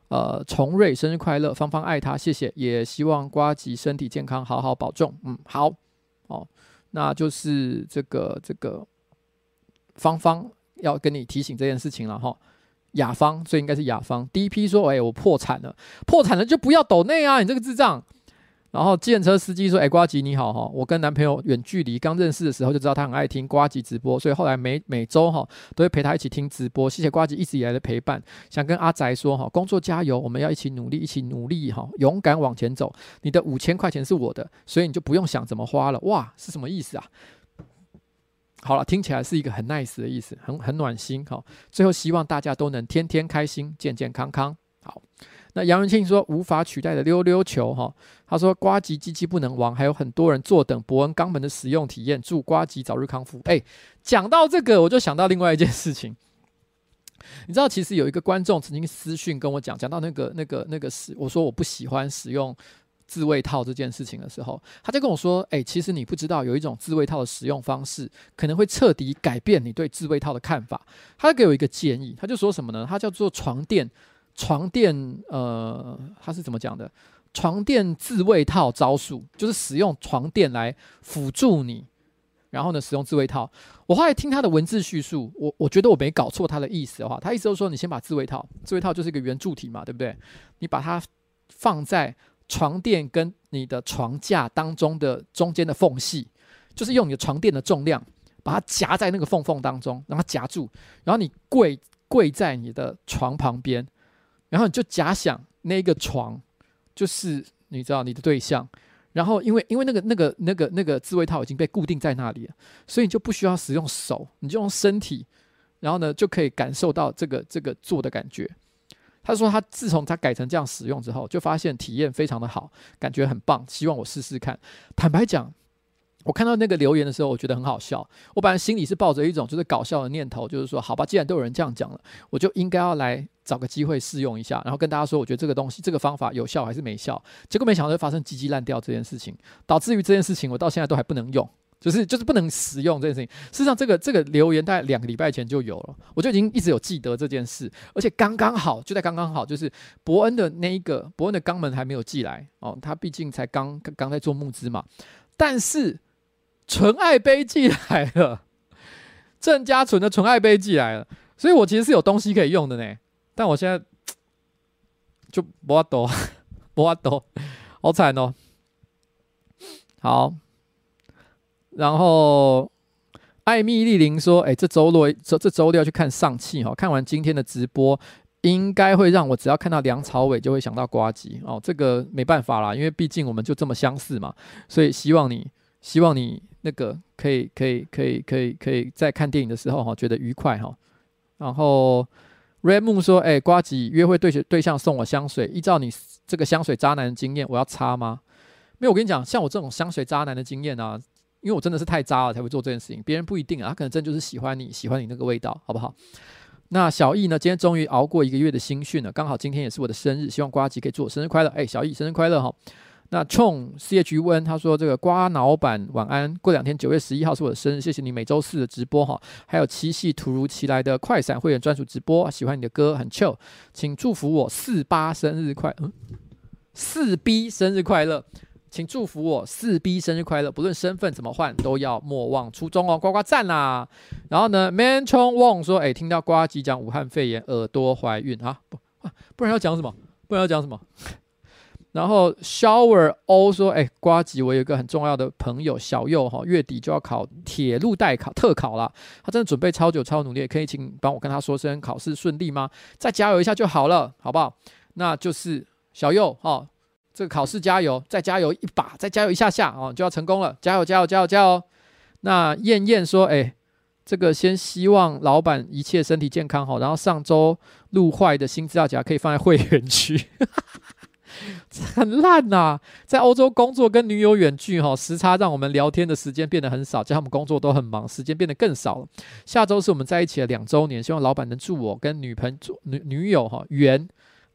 呃，崇瑞生日快乐，芳芳爱他，谢谢，也希望呱吉身体健康，好好保重。嗯，好，哦，那就是这个这个芳芳要跟你提醒这件事情了哈。雅芳，所以应该是雅芳。第一批说，哎、欸，我破产了，破产了就不要抖内啊，你这个智障。然后计程车司机说：“哎、欸，呱吉你好哈，我跟男朋友远距离，刚认识的时候就知道他很爱听呱吉直播，所以后来每每周哈都会陪他一起听直播。谢谢呱吉一直以来的陪伴，想跟阿宅说哈，工作加油，我们要一起努力，一起努力哈，勇敢往前走。你的五千块钱是我的，所以你就不用想怎么花了。哇，是什么意思啊？好了，听起来是一个很 nice 的意思，很很暖心哈。最后希望大家都能天天开心，健健康康。好。”那杨元庆说无法取代的溜溜球哈，他说呱吉机器不能亡，还有很多人坐等伯恩肛门的使用体验，祝呱吉早日康复。哎，讲到这个我就想到另外一件事情，你知道其实有一个观众曾经私讯跟我讲，讲到那个那个那个使我说我不喜欢使用自慰套这件事情的时候，他就跟我说，哎，其实你不知道有一种自慰套的使用方式可能会彻底改变你对自慰套的看法。他给我一个建议，他就说什么呢？他叫做床垫。床垫，呃，他是怎么讲的？床垫自慰套招数，就是使用床垫来辅助你，然后呢，使用自慰套。我后来听他的文字叙述，我我觉得我没搞错他的意思的话，他意思就是说，你先把自慰套，自慰套就是一个圆柱体嘛，对不对？你把它放在床垫跟你的床架当中的中间的缝隙，就是用你的床垫的重量把它夹在那个缝缝当中，让它夹住，然后你跪跪在你的床旁边。然后你就假想那个床就是你知道你的对象，然后因为因为那个那个那个那个自慰套已经被固定在那里了，所以你就不需要使用手，你就用身体，然后呢就可以感受到这个这个做的感觉。他说他自从他改成这样使用之后，就发现体验非常的好，感觉很棒，希望我试试看。坦白讲，我看到那个留言的时候，我觉得很好笑。我本来心里是抱着一种就是搞笑的念头，就是说，好吧，既然都有人这样讲了，我就应该要来找个机会试用一下，然后跟大家说，我觉得这个东西、这个方法有效还是没效。结果没想到会发生鸡鸡烂掉这件事情，导致于这件事情我到现在都还不能用，就是就是不能使用这件事情。事实上，这个这个留言大概两个礼拜前就有了，我就已经一直有记得这件事，而且刚刚好，就在刚刚好，就是伯恩的那一个伯恩的肛门还没有寄来哦，他毕竟才刚刚在做募资嘛，但是。纯爱杯寄来了，郑家纯的纯爱杯寄来了，所以我其实是有东西可以用的呢。但我现在就没法抖，没法抖，好惨哦。好，然后艾米丽玲说：“哎、欸，这周六这这周六要去看上汽哈，看完今天的直播，应该会让我只要看到梁朝伟就会想到呱吉哦。这个没办法啦，因为毕竟我们就这么相似嘛，所以希望你。”希望你那个可以可以可以可以可以在看电影的时候哈觉得愉快哈。然后 Red Moon 说：“哎、欸，呱吉约会对对象送我香水，依照你这个香水渣男的经验，我要擦吗？”没有，我跟你讲，像我这种香水渣男的经验啊，因为我真的是太渣了才会做这件事情，别人不一定啊，他可能真的就是喜欢你喜欢你那个味道，好不好？那小易呢？今天终于熬过一个月的新训了，刚好今天也是我的生日，希望呱吉可以祝我生日快乐。哎、欸，小易生日快乐哈！那冲 C H U N 他说这个瓜老板晚安，过两天九月十一号是我的生日，谢谢你每周四的直播哈，还有七夕突如其来的快闪会员专属直播，喜欢你的歌很 chill， 请祝福我四八生日快嗯四 B 生日快乐，请祝福我四 B 生日快乐，不论身份怎么换都要莫忘初衷哦，呱呱赞啦！然后呢 Man Chong Wong 说，哎，听到呱吉讲武汉肺炎耳朵怀孕啊，不不然要讲什么？不然要讲什么？然后 Shower O 说：“哎、欸，呱吉，我有一个很重要的朋友小佑哈，月底就要考铁路代考特考啦。他真的准备超久、超努力，可以请帮我跟他说声考试顺利吗？再加油一下就好了，好不好？那就是小佑哈，这个考试加油，再加油一把，再加油一下下哦，就要成功了，加油、加油、加油、加油！那燕燕说：哎、欸，这个先希望老板一切身体健康哈，然后上周录坏的新资料夹可以放在会员区。”很烂呐、啊！在欧洲工作跟女友远距哈，时差让我们聊天的时间变得很少，加上我们工作都很忙，时间变得更少了。下周是我们在一起的两周年，希望老板能祝我跟女朋女女友哈圆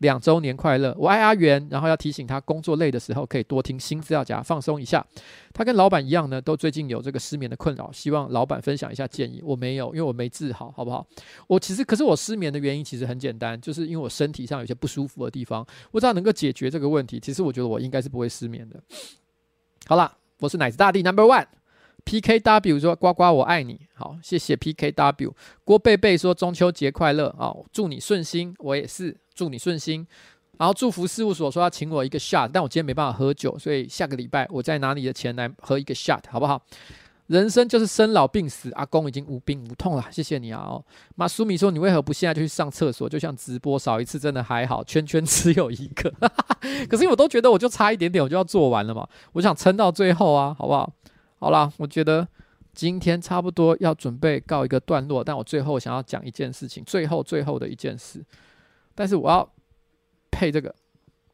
两周年快乐，我爱阿元。然后要提醒他，工作累的时候可以多听新资料夹，放松一下。他跟老板一样呢，都最近有这个失眠的困扰，希望老板分享一下建议。我没有，因为我没治好，好不好？我其实，可是我失眠的原因其实很简单，就是因为我身体上有些不舒服的地方，我只要能够解决这个问题，其实我觉得我应该是不会失眠的。好啦，我是奶子大帝 Number One。P K W 说呱呱我爱你，好，谢谢 P K W。郭贝贝说中秋节快乐啊、哦，祝你顺心，我也是祝你顺心。然后祝福事务所说要请我一个 shot， 但我今天没办法喝酒，所以下个礼拜我再拿你的钱来喝一个 shot， 好不好？人生就是生老病死，阿公已经无病无痛了，谢谢你啊！哦，马苏米说你为何不现在就去上厕所？就像直播少一次真的还好，圈圈只有一个。可是我都觉得我就差一点点，我就要做完了嘛，我想撑到最后啊，好不好？好啦，我觉得今天差不多要准备告一个段落，但我最后想要讲一件事情，最后最后的一件事，但是我要配这个。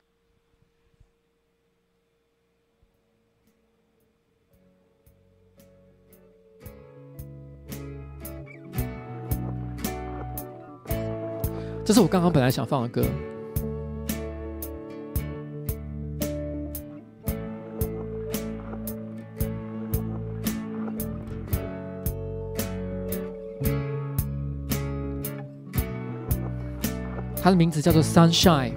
这是我刚刚本来想放的歌。它的名字叫做 Sunshine。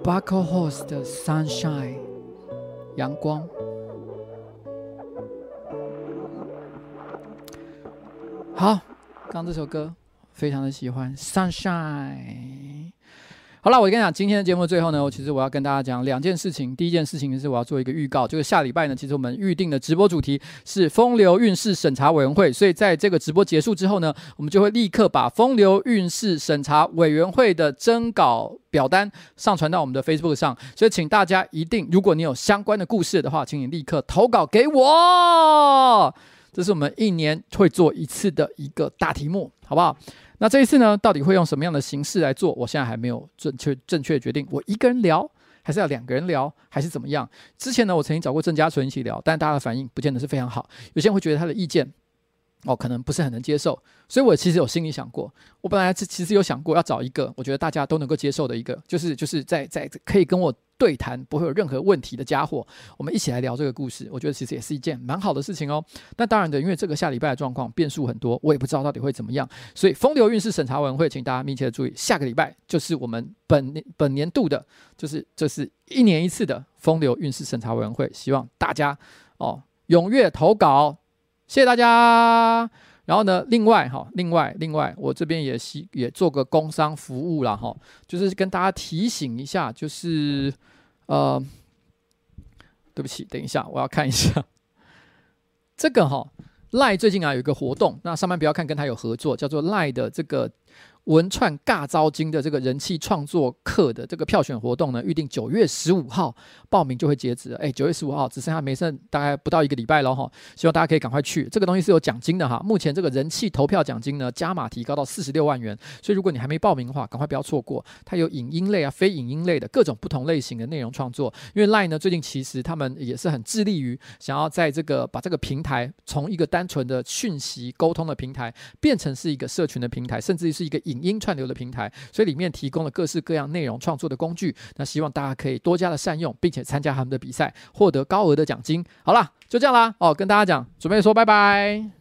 Tobacco Horse 的 Sunshine 阳光。好，刚刚这首歌非常的喜欢 Sunshine。好了，我跟你讲，今天的节目最后呢，其实我要跟大家讲两件事情。第一件事情是我要做一个预告，就是下礼拜呢，其实我们预定的直播主题是风流韵事审查委员会，所以在这个直播结束之后呢，我们就会立刻把风流韵事审查委员会的征稿表单上传到我们的 Facebook 上，所以请大家一定，如果你有相关的故事的话，请你立刻投稿给我。这是我们一年会做一次的一个大题目，好不好？那这一次呢，到底会用什么样的形式来做？我现在还没有正确正确决定。我一个人聊，还是要两个人聊，还是怎么样？之前呢，我曾经找过郑家纯一起聊，但大家的反应不见得是非常好。有些人会觉得他的意见哦，可能不是很能接受，所以我其实有心里想过，我本来其实有想过要找一个我觉得大家都能够接受的一个，就是就是在在可以跟我对谈不会有任何问题的家伙，我们一起来聊这个故事，我觉得其实也是一件蛮好的事情哦。那当然的，因为这个下礼拜的状况变数很多，我也不知道到底会怎么样，所以风流韵事审查委员会，请大家密切的注意，下个礼拜就是我们本年本年度的，就是这、就是一年一次的风流韵事审查委员会，希望大家哦踊跃投稿，谢谢大家。然后呢，另外哈，另外另外，我这边也也做个工商服务啦哈，就是跟大家提醒一下，就是呃，对不起，等一下，我要看一下这个哈 ，Line 最近啊有一个活动，那上班不要看跟他有合作，叫做 Line 的这个文创尬招金的这个人气创作课的这个票选活动呢，预定九月十五号报名就会截止了。哎，九月十五号只剩下没剩大概不到一个礼拜了哈，希望大家可以赶快去。这个东西是有奖金的哈，目前这个人气投票奖金呢加码提高到四十六万元，所以如果你还没报名的话，赶快不要错过。它有影音类啊、非影音类的各种不同类型的内容创作。因为 Line 呢最近其实他们也是很致力于想要在这个把这个平台从一个单纯的讯息沟通的平台变成是一个社群的平台，甚至是一个影音串流的平台，所以里面提供了各式各样内容创作的工具。那希望大家可以多加的善用，并且参加他们的比赛，获得高额的奖金。好啦，就这样啦哦，跟大家讲，准备说拜拜。